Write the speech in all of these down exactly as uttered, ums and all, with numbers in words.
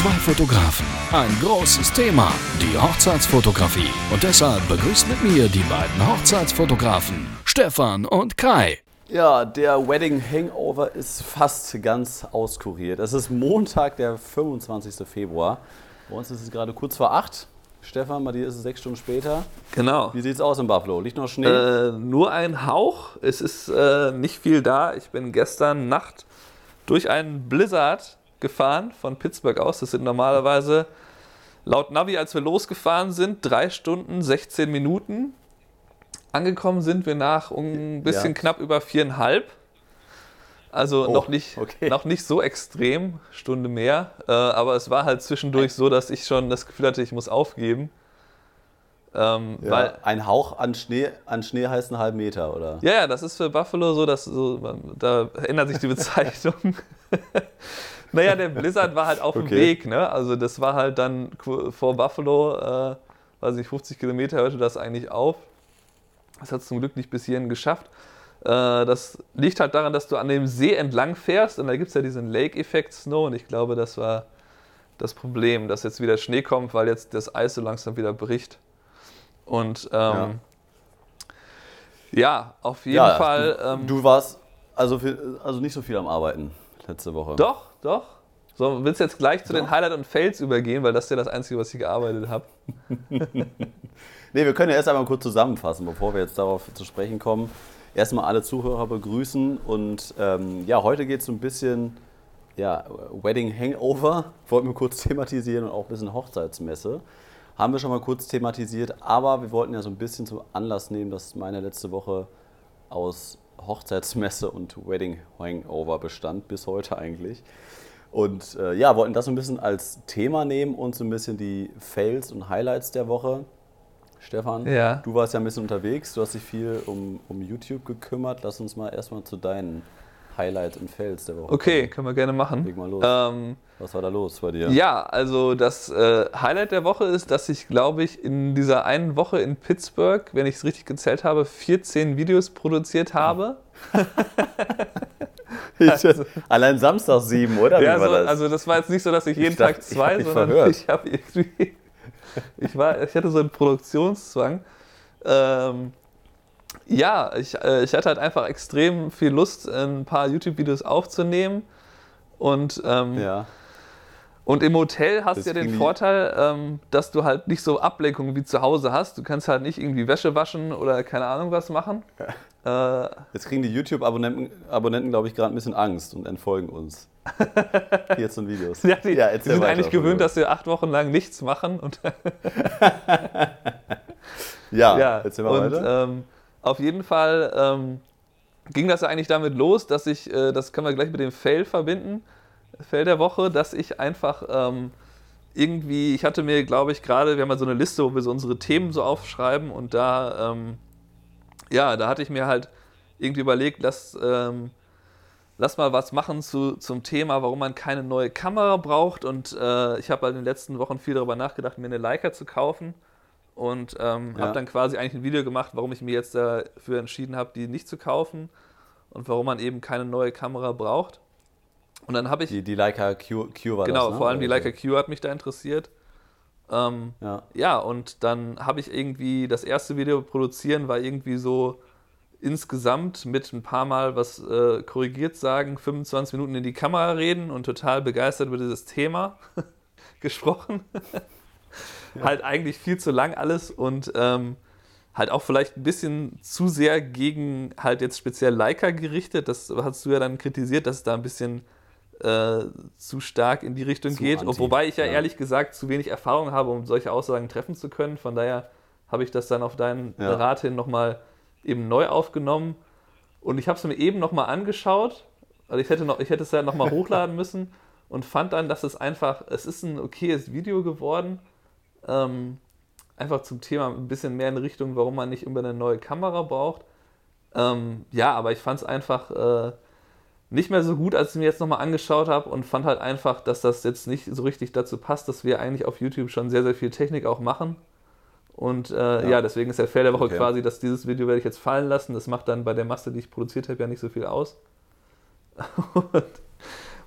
Zwei Fotografen, ein großes Thema, die Hochzeitsfotografie. Und deshalb begrüßt mit mir die beiden Hochzeitsfotografen, Stefan und Kai. Ja, der Wedding Hangover ist fast ganz auskuriert. Es ist Montag, der fünfundzwanzigste Februar. Bei uns ist es gerade kurz vor acht. Stefan, bei dir ist es sechs Stunden später. Genau. Wie sieht es aus in Buffalo? Liegt noch Schnee? Äh, nur ein Hauch. Es ist äh, nicht viel da. Ich bin gestern Nacht durch einen Blizzard gefahren von Pittsburgh aus. Das sind normalerweise laut Navi, als wir losgefahren sind, drei Stunden, sechzehn Minuten. Angekommen sind wir nach ein bisschen ja. knapp über viereinhalb. Also oh, noch, nicht, okay. noch nicht so extrem, Stunde mehr. Äh, aber es war halt zwischendurch so, dass ich schon das Gefühl hatte, ich muss aufgeben. Ähm, ja, weil, ein Hauch an Schnee, an Schnee heißt einen halben Meter, oder? Ja, ja, das ist für Buffalo so, dass so, da ändert sich die Bezeichnung. Naja, der Blizzard war halt auf dem okay. Weg, ne? Also das war halt dann vor Buffalo, äh, weiß ich, fünfzig Kilometer hörte das eigentlich auf. Das hat es zum Glück nicht bis hierhin geschafft. Äh, das liegt halt daran, dass du an dem See entlang fährst und da gibt es ja diesen Lake-Effekt Snow und ich glaube, das war das Problem, dass jetzt wieder Schnee kommt, weil jetzt das Eis so langsam wieder bricht. Und ähm, ja. ja, auf jeden ja, Fall. Du, ähm, du warst also, viel, also nicht so viel am Arbeiten letzte Woche. Doch, doch. So, willst du jetzt gleich zu doch. den Highlight und Fails übergehen, weil das ist ja das Einzige, was ich gearbeitet habe. Nee, wir können ja erst einmal kurz zusammenfassen, bevor wir jetzt darauf zu sprechen kommen. Erstmal alle Zuhörer begrüßen und ähm, ja, heute geht es so ein bisschen ja, Wedding Hangover, wollten wir kurz thematisieren und auch ein bisschen Hochzeitsmesse. Haben wir schon mal kurz thematisiert, aber wir wollten ja so ein bisschen zum Anlass nehmen, dass meine letzte Woche aus Hochzeitsmesse und Wedding Hangover bestand, bis heute eigentlich. Und äh, ja, wollten das so ein bisschen als Thema nehmen und so ein bisschen die Fails und Highlights der Woche. Stefan, ja. du warst ja ein bisschen unterwegs, du hast dich viel um, um YouTube gekümmert. Lass uns mal erstmal zu deinen Highlights und Fails der Woche Okay, können wir gerne machen. Leg mal los. Ähm, Was war da los bei dir? Ja, also das äh, Highlight der Woche ist, dass ich, glaube ich, in dieser einen Woche in Pittsburgh, wenn ich es richtig gezählt habe, vierzehn Videos produziert habe. also, Allein Samstag sieben, oder? Wie ja, war so, das? also das war jetzt nicht so, dass ich jeden ich dachte, Tag zwei, ich sondern verhört. ich habe irgendwie, ich war, ich hatte so einen Produktionszwang. Ähm, ja, ich, äh, ich hatte halt einfach extrem viel Lust, ein paar YouTube-Videos aufzunehmen und ähm, ja. Und im Hotel hast das du ja den irgendwie... Vorteil, ähm, dass du halt nicht so Ablenkungen wie zu Hause hast. Du kannst halt nicht irgendwie Wäsche waschen oder keine Ahnung was machen. Ja. Äh, Jetzt kriegen die YouTube-Abonnenten, Abonnenten, glaube ich, gerade ein bisschen Angst und entfolgen uns. vierzehn Videos. Ja, die, ja, die sind eigentlich gewöhnt, dass wir acht Wochen lang nichts machen. Und ja, ja, erzähl mal und, weiter. Ähm, auf jeden Fall ähm, ging das ja eigentlich damit los, dass ich, äh, das können wir gleich mit dem Fail verbinden, Fail der Woche, dass ich einfach ähm, irgendwie, ich hatte mir, glaube ich, gerade, wir haben ja so eine Liste, wo wir so unsere Themen so aufschreiben und da, ähm, ja, da hatte ich mir halt irgendwie überlegt, lass, ähm, lass mal was machen zu, zum Thema, warum man keine neue Kamera braucht und äh, ich habe halt in den letzten Wochen viel darüber nachgedacht, mir eine Leica zu kaufen und ähm, ja. habe dann quasi eigentlich ein Video gemacht, warum ich mir jetzt dafür entschieden habe, die nicht zu kaufen und warum man eben keine neue Kamera braucht. Und dann habe ich... Die, die Leica Q, Q war Genau, das, ne? vor allem die Oder Leica Q hat mich da interessiert. Ähm, ja. ja, und dann habe ich irgendwie, das erste Video produzieren war irgendwie so insgesamt mit ein paar Mal was äh, korrigiert sagen, fünfundzwanzig Minuten in die Kamera reden und total begeistert über dieses Thema gesprochen. Ja. Halt eigentlich viel zu lang alles und ähm, halt auch vielleicht ein bisschen zu sehr gegen halt jetzt speziell Leica gerichtet. Das hast du ja dann kritisiert, dass es da ein bisschen Äh, zu stark in die Richtung zu geht. anti. Wobei ich ja, ja ehrlich gesagt zu wenig Erfahrung habe, um solche Aussagen treffen zu können. Von daher habe ich das dann auf deinen ja. Rat hin nochmal eben neu aufgenommen. Und ich habe es mir eben nochmal angeschaut. Also ich hätte, noch, ich hätte es ja nochmal hochladen müssen und fand dann, dass es einfach, es ist ein okayes Video geworden. Ähm, einfach zum Thema ein bisschen mehr in Richtung, warum man nicht immer eine neue Kamera braucht. Ähm, ja, aber ich fand es einfach... Äh, nicht mehr so gut, als ich mir jetzt nochmal angeschaut habe und fand halt einfach, dass das jetzt nicht so richtig dazu passt, dass wir eigentlich auf YouTube schon sehr, sehr viel Technik auch machen. Und äh, ja. ja, deswegen ist der Fail der Woche okay. quasi, dass dieses Video werde ich jetzt fallen lassen. Das macht dann bei der Masse, die ich produziert habe, ja nicht so viel aus. und,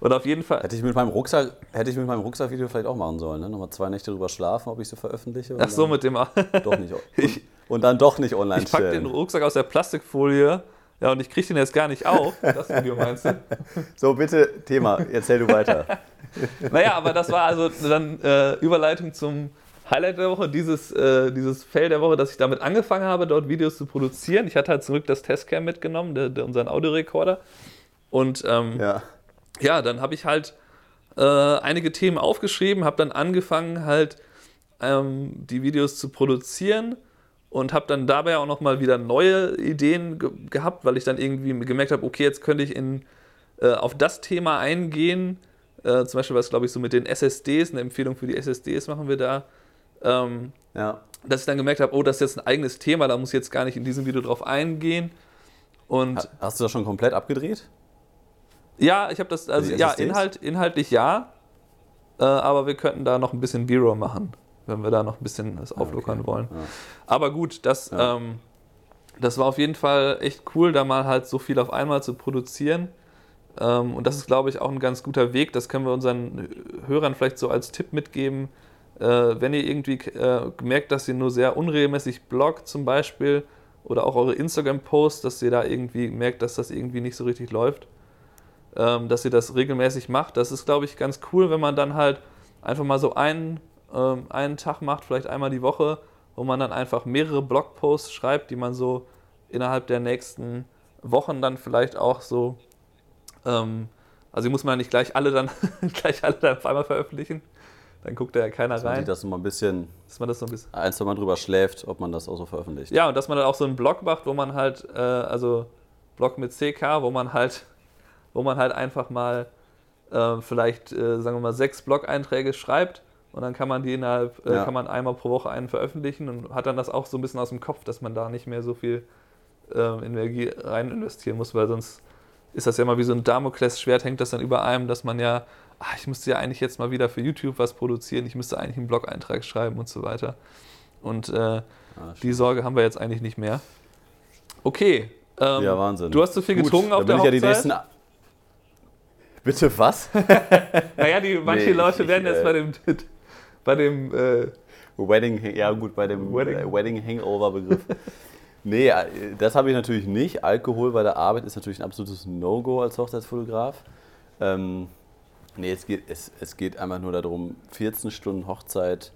Und auf jeden Fall. Hätte ich mit meinem Rucksack, hätte ich mit meinem Rucksackvideo vielleicht auch machen sollen, ne? Nochmal zwei Nächte drüber schlafen, ob ich so veröffentliche. Ach so, mit dem. Doch nicht. Und, und dann doch nicht online ich stellen. Ich packe den Rucksack aus der Plastikfolie. Ja, und ich kriege den jetzt gar nicht auf. Das Video meinst du? So, bitte, Thema, erzähl du weiter. Naja, aber das war also dann äh, Überleitung zum Highlight der Woche, dieses, äh, dieses Fail der Woche, dass ich damit angefangen habe, dort Videos zu produzieren. Ich hatte halt zurück das Testcam mitgenommen, der, der, unseren Audiorekorder. Und ähm, ja. ja, dann habe ich halt äh, einige Themen aufgeschrieben, habe dann angefangen halt ähm, die Videos zu produzieren. Und habe dann dabei auch nochmal wieder neue Ideen ge- gehabt, weil ich dann irgendwie gemerkt habe, okay, jetzt könnte ich in, äh, auf das Thema eingehen. Äh, zum Beispiel was, glaube ich, so mit den S S Ds, eine Empfehlung für die S S Ds machen wir da. Ähm, ja. Dass ich dann gemerkt habe, oh, das ist jetzt ein eigenes Thema, da muss ich jetzt gar nicht in diesem Video drauf eingehen. Und hast du das schon komplett abgedreht? Ja, ich habe das, also ja, Inhalt, inhaltlich ja, äh, aber wir könnten da noch ein bisschen B-Roll machen, wenn wir da noch ein bisschen das auflockern okay. wollen. Ja. Aber gut, das, ja. ähm, das war auf jeden Fall echt cool, da mal halt so viel auf einmal zu produzieren. Ähm, und das ist, glaube ich, auch ein ganz guter Weg. Das können wir unseren Hörern vielleicht so als Tipp mitgeben. Äh, wenn ihr irgendwie äh, merkt, dass ihr nur sehr unregelmäßig bloggt zum Beispiel oder auch eure Instagram-Posts, dass ihr da irgendwie merkt, dass das irgendwie nicht so richtig läuft, ähm, dass ihr das regelmäßig macht. Das ist, glaube ich, ganz cool, wenn man dann halt einfach mal so einen einen Tag macht, vielleicht einmal die Woche, wo man dann einfach mehrere Blogposts schreibt, die man so innerhalb der nächsten Wochen dann vielleicht auch so, ähm, also die muss man ja nicht gleich alle dann gleich alle dann auf einmal veröffentlichen, dann guckt da ja keiner dass rein. Man das so mal ein bisschen, dass man das so ein bisschen, ein, zwei Mal drüber schläft, ob man das auch so veröffentlicht. Ja, und dass man dann auch so einen Blog macht, wo man halt, äh, also Blog mit C K, wo man halt, wo man halt einfach mal äh, vielleicht, äh, sagen wir mal, sechs Blog-Einträge schreibt. Und dann kann man die innerhalb, äh, ja. kann man einmal pro Woche einen veröffentlichen und hat dann das auch so ein bisschen aus dem Kopf, dass man da nicht mehr so viel äh, Energie rein investieren muss, weil sonst ist das ja immer wie so ein Damoklesschwert, hängt das dann über einem, dass man ja, ach, ich müsste ja eigentlich jetzt mal wieder für YouTube was produzieren, ich müsste eigentlich einen Blog-Eintrag schreiben und so weiter. Und äh, ah, die Sorge haben wir jetzt eigentlich nicht mehr. Okay. Ähm, ja, Wahnsinn. Du hast zu viel Gut, getrunken auf der ich Hochzeit? Ja die nächsten Bitte was? naja, die, manche nee, Leute ich, werden jetzt äh, bei dem... Bei dem äh, Wedding, ja gut, bei dem Wedding, äh, Wedding Hangover-Begriff. Nee, das habe ich natürlich nicht. Alkohol bei der Arbeit ist natürlich ein absolutes No-Go als Hochzeitsfotograf. Ähm, nee, es geht, es, es geht einfach nur darum, vierzehn Stunden Hochzeit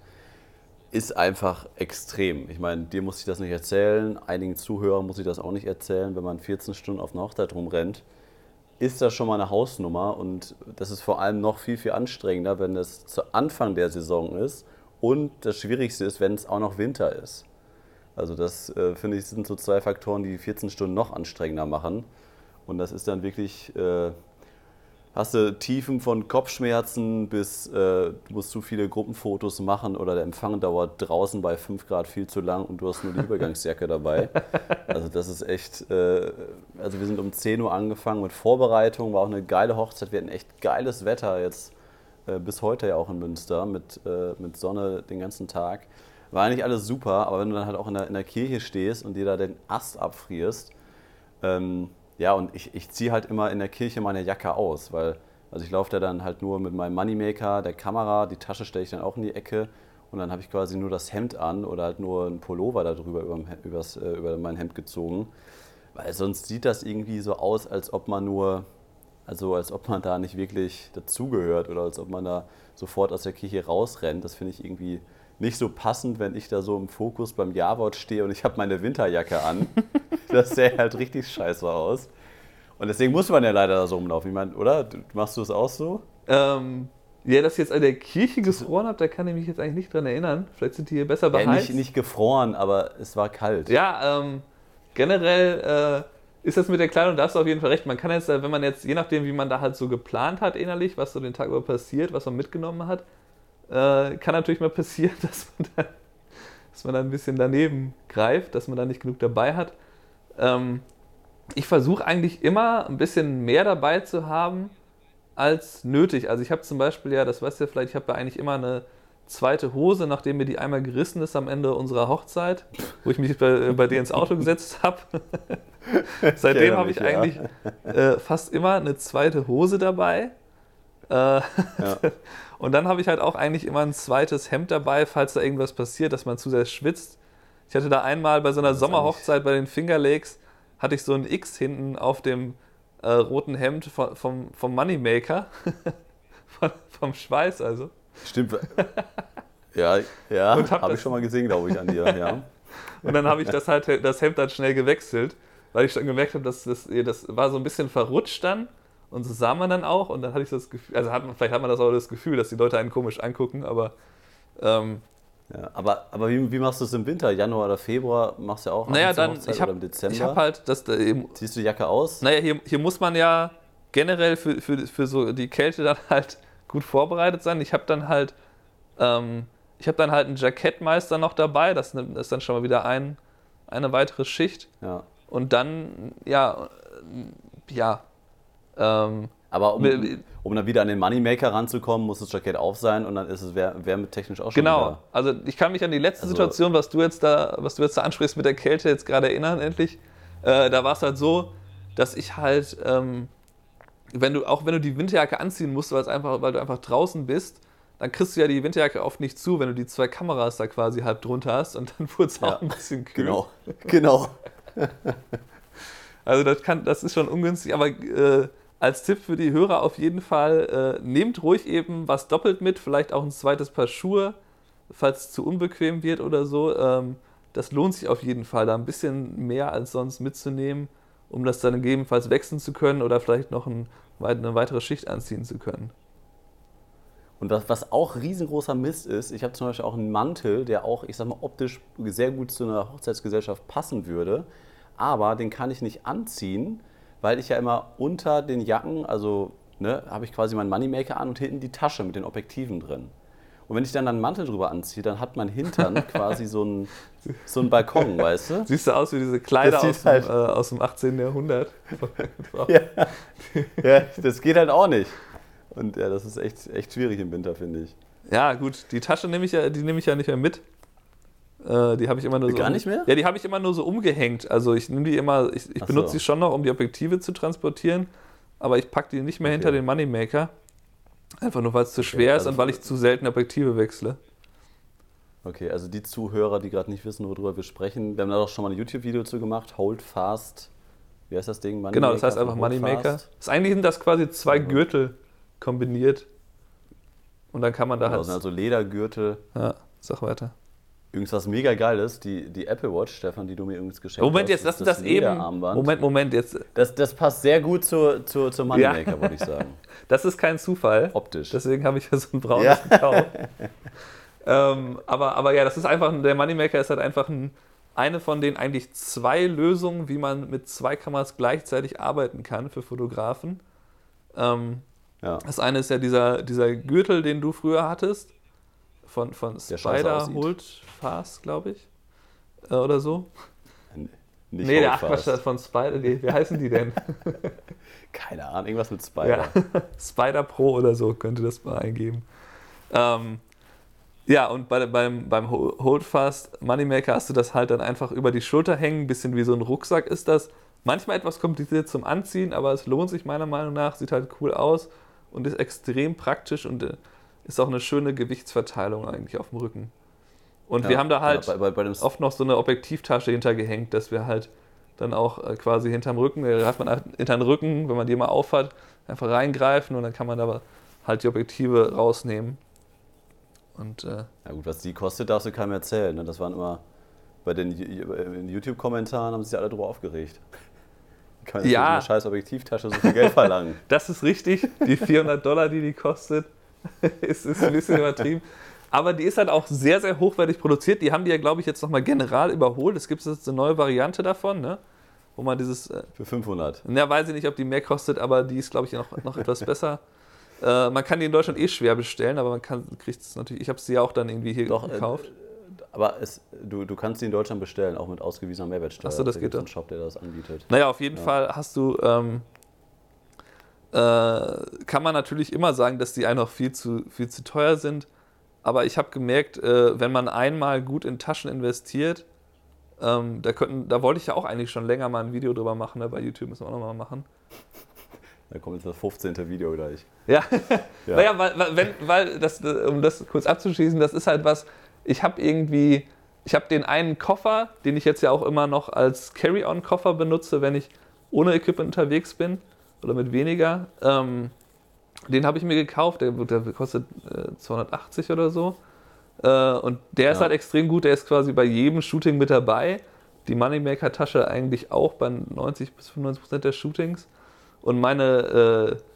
ist einfach extrem. Ich meine, dir muss ich das nicht erzählen, einigen Zuhörern muss ich das auch nicht erzählen. Wenn man vierzehn Stunden auf einer Hochzeit rumrennt, ist das schon mal eine Hausnummer und das ist vor allem noch viel, viel anstrengender, wenn es zu Anfang der Saison ist und das Schwierigste ist, wenn es auch noch Winter ist. Also das, äh, finde ich, sind so zwei Faktoren, die vierzehn Stunden noch anstrengender machen und das ist dann wirklich, äh, hast du Tiefen von Kopfschmerzen bis äh, du musst zu viele Gruppenfotos machen oder der Empfang dauert draußen bei fünf Grad viel zu lang und du hast nur die Übergangsjacke dabei. Also das ist echt, äh, also wir sind um zehn Uhr angefangen mit Vorbereitung, war auch eine geile Hochzeit, wir hatten echt geiles Wetter jetzt äh, bis heute ja auch in Münster mit, äh, mit Sonne den ganzen Tag. War eigentlich alles super, aber wenn du dann halt auch in der, in der Kirche stehst und dir da den Ast abfrierst, ähm, ja, und ich, ich ziehe halt immer in der Kirche meine Jacke aus, weil also ich laufe da dann halt nur mit meinem Moneymaker, der Kamera, die Tasche stelle ich dann auch in die Ecke und dann habe ich quasi nur das Hemd an oder halt nur einen Pullover darüber über, übers, äh, über mein Hemd gezogen, weil sonst sieht das irgendwie so aus, als ob man nur, also als ob man da nicht wirklich dazugehört oder als ob man da sofort aus der Kirche rausrennt. Das finde ich irgendwie nicht so passend, wenn ich da so im Fokus beim Jawort stehe und ich habe meine Winterjacke an. Das sähe halt richtig scheiße aus. Und deswegen muss man ja leider da so rumlaufen. Ich meine, oder? Machst du es auch so? Ähm, ja, dass ich jetzt an der Kirche gefroren habe, da kann ich mich jetzt eigentlich nicht dran erinnern. Vielleicht sind die hier besser beheizt. Ja, nicht, nicht gefroren, aber es war kalt. Ja, ähm, generell äh, ist das mit der Kleidung, da hast du auf jeden Fall recht. Man kann jetzt, wenn man jetzt, je nachdem, wie man da halt so geplant hat innerlich, was so den Tag über passiert, was man mitgenommen hat, äh, kann natürlich mal passieren, dass man dann, dass man dann ein bisschen daneben greift, dass man da nicht genug dabei hat. Ähm, ich versuche eigentlich immer ein bisschen mehr dabei zu haben als nötig. Also ich habe zum Beispiel, ja, das weißt du ja vielleicht, ich habe ja eigentlich immer eine zweite Hose, nachdem mir die einmal gerissen ist am Ende unserer Hochzeit, wo ich mich bei, bei dir ins Auto gesetzt habe. Seitdem habe ich eigentlich äh, fast immer eine zweite Hose dabei. Äh, Ja. Und dann habe ich halt auch eigentlich immer ein zweites Hemd dabei, falls da irgendwas passiert, dass man zu sehr schwitzt. Ich hatte da einmal bei so einer Das ist Sommerhochzeit bei den Finger Lakes, hatte ich so ein X hinten auf dem äh, roten Hemd vom, vom, vom Moneymaker, von, vom Schweiß also. Stimmt. Ja, ja Und hab habe ich das- schon mal gesehen, glaube ich, an dir. Ja. Und dann habe ich das halt das Hemd dann schnell gewechselt, weil ich dann gemerkt habe, dass das, das war so ein bisschen verrutscht dann. Und so sah man dann auch. Und dann hatte ich das Gefühl, also hat man, vielleicht hat man das auch das Gefühl, dass die Leute einen komisch angucken, aber ähm, Ja, aber aber wie, wie machst du es im Winter? Januar oder Februar machst du ja auch ab naja, und zu dann, Hochzeit ich oder habe im Dezember? ich hab halt das da eben, Ziehst du die Jacke aus? naja, hier, hier muss man ja generell für, für, für so die Kälte dann halt gut vorbereitet sein. Ich habe dann halt, ähm, ich habe dann halt einen Jackettmeister noch dabei, das nimmt- ist dann schon mal wieder ein, eine weitere Schicht. Ja. Und dann, ja, äh, ja, ähm, Aber um, Wir- um dann wieder an den Moneymaker ranzukommen, muss das Jackett auf sein und dann ist es wär- wärmetechnisch auch schon genau. wieder. Also ich kann mich an die letzte Also- Situation, was du jetzt da, was du jetzt da ansprichst mit der Kälte, jetzt gerade erinnern, endlich. Äh, da war es halt so, dass ich halt, ähm, wenn du, auch wenn du die Winterjacke anziehen musst, weil es einfach, weil du einfach draußen bist, dann kriegst du ja die Winterjacke oft nicht zu, wenn du die zwei Kameras da quasi halb drunter hast und dann wurde es Ja, auch ein bisschen kühl. Genau, genau. Also das kann, das ist schon ungünstig, aber äh, als Tipp für die Hörer auf jeden Fall, äh, nehmt ruhig eben was doppelt mit, vielleicht auch ein zweites Paar Schuhe, falls es zu unbequem wird oder so. Ähm, das lohnt sich auf jeden Fall, da ein bisschen mehr als sonst mitzunehmen, um das dann gegebenenfalls wechseln zu können oder vielleicht noch ein, eine weitere Schicht anziehen zu können. Und was, was auch riesengroßer Mist ist, ich habe zum Beispiel auch einen Mantel, der auch, ich sag mal, optisch sehr gut zu einer Hochzeitsgesellschaft passen würde, aber den kann ich nicht anziehen, weil ich ja immer unter den Jacken, also ne, habe ich quasi meinen Moneymaker an und hinten die Tasche mit den Objektiven drin. Und wenn ich dann einen Mantel drüber anziehe, dann hat mein Hintern quasi so einen so einen Balkon, weißt du? Siehst du aus wie diese Kleider Das sieht aus dem, halt- äh, aus dem achtzehnten. Jahrhundert. Ja. Ja, das geht halt auch nicht. Und ja, das ist echt, echt schwierig im Winter, finde ich. Ja, gut, die Tasche nehme ich ja, die nehme ich ja nicht mehr mit. Äh, die habe ich immer nur so. Gar um- nicht mehr? Ja, die habe ich immer nur so umgehängt. Also ich nehme die immer, ich, ich Ach benutze so. die schon noch, um die Objektive zu transportieren, aber ich packe die nicht mehr Okay. hinter den Moneymaker. Einfach nur, weil es zu schwer ist also und weil ich zu selten Objektive wechsle. Okay, also die Zuhörer, die gerade nicht wissen, worüber wir sprechen, wir haben da doch schon mal ein YouTube-Video zu gemacht, Hold Fast. Wie heißt das Ding? Moneymaker Genau, das heißt einfach von Hold Moneymaker. Fast. Das eigentlich sind das quasi zwei Mhm. Gürtel kombiniert. Und dann kann man da Genau, halt. das sind also Ledergürtel. Ja, sag weiter. Übrigens, was mega geil ist, die, die Apple Watch, Stefan, die du mir übrigens geschenkt Moment, hast. jetzt lass ist uns das eben. Lederarmband. Moment, Moment, jetzt. Das, das passt sehr gut zur, zur, zur Moneymaker, würde ich sagen. Das ist kein Zufall. Optisch. Deswegen habe ich ja so ein braunes Ja. gekauft. ähm, aber, aber ja, das ist einfach, der Moneymaker ist halt einfach ein, eine von den eigentlich zwei Lösungen, wie man mit zwei Kameras gleichzeitig arbeiten kann für Fotografen. Ähm, Ja. das eine ist ja dieser, dieser Gürtel, den du früher hattest, von, von Der scheiße Spider aussieht. Hold Fast, glaube ich, äh, oder so. Nicht nee, der ach, Hold Quatsch, Fast. das von Spider, nee, wie heißen die denn? Keine Ahnung, irgendwas mit Spider. Ja, Spider Pro oder so könnte das mal eingeben. Ähm, ja, und bei, beim, beim Holdfast Moneymaker hast du das halt dann einfach über die Schulter hängen, ein bisschen wie so ein Rucksack ist das. Manchmal etwas kompliziert zum Anziehen, aber es lohnt sich meiner Meinung nach, sieht halt cool aus und ist extrem praktisch und äh, ist auch eine schöne Gewichtsverteilung eigentlich auf dem Rücken. Und wir Ja, haben da halt ja, bei, bei, bei dem oft noch so eine Objektivtasche hintergehängt, dass wir halt dann auch äh, quasi hinterm Rücken, da hat man hinter den Rücken, wenn man die mal aufhat, einfach reingreifen und dann kann man da halt die Objektive rausnehmen. Und äh, Ja gut, was die kostet, darfst du keinem erzählen. Ne? Das waren immer, bei den Ju- in den YouTube-Kommentaren haben sich alle drüber aufgeregt. Kann Ja. ja. eine scheiß Objektivtasche so viel Geld verlangen. das ist richtig, die vierhundert Dollar, die die kostet, ist, ist ein bisschen übertrieben. Aber die ist halt auch sehr, sehr hochwertig produziert. Die haben die ja, glaube ich, jetzt nochmal general überholt. Es gibt jetzt eine neue Variante davon, ne? Wo man dieses, äh, Für fünfhundert. ja, weiß ich nicht, ob die mehr kostet, aber die ist, glaube ich, noch, noch etwas besser. Äh, man kann die in Deutschland eh schwer bestellen, aber man kann, kriegt es natürlich, ich habe sie ja auch dann irgendwie hier Doch, äh, gekauft. Aber es, du, du kannst sie in Deutschland bestellen, auch mit ausgewiesener Mehrwertsteuer. Ach so, das Da geht gibt's doch. einen Shop, der das anbietet. Naja, auf jeden Ja. Fall hast du, ähm, äh, kann man natürlich immer sagen, dass die einfach viel zu, viel zu teuer sind. Aber ich habe gemerkt, äh, wenn man einmal gut in Taschen investiert, ähm, da, könnten, da wollte ich ja auch eigentlich schon länger mal ein Video drüber machen, ne? Bei YouTube müssen wir auch nochmal machen. Da kommt jetzt das fünfzehnte Video gleich. Ja, Ja. naja, weil, weil, wenn, weil das, um das kurz abzuschließen, das ist halt was, ich habe irgendwie, ich habe den einen Koffer, den ich jetzt ja auch immer noch als Carry-on-Koffer benutze, wenn ich ohne Equipment unterwegs bin oder mit weniger. Ähm, den habe ich mir gekauft, der, der kostet äh, zweihundertachtzig oder so. Äh, und der ist Ja. halt extrem gut, der ist quasi bei jedem Shooting mit dabei. Die Moneymaker-Tasche eigentlich auch bei neunzig bis fünfundneunzig Prozent der Shootings. Und meine, äh,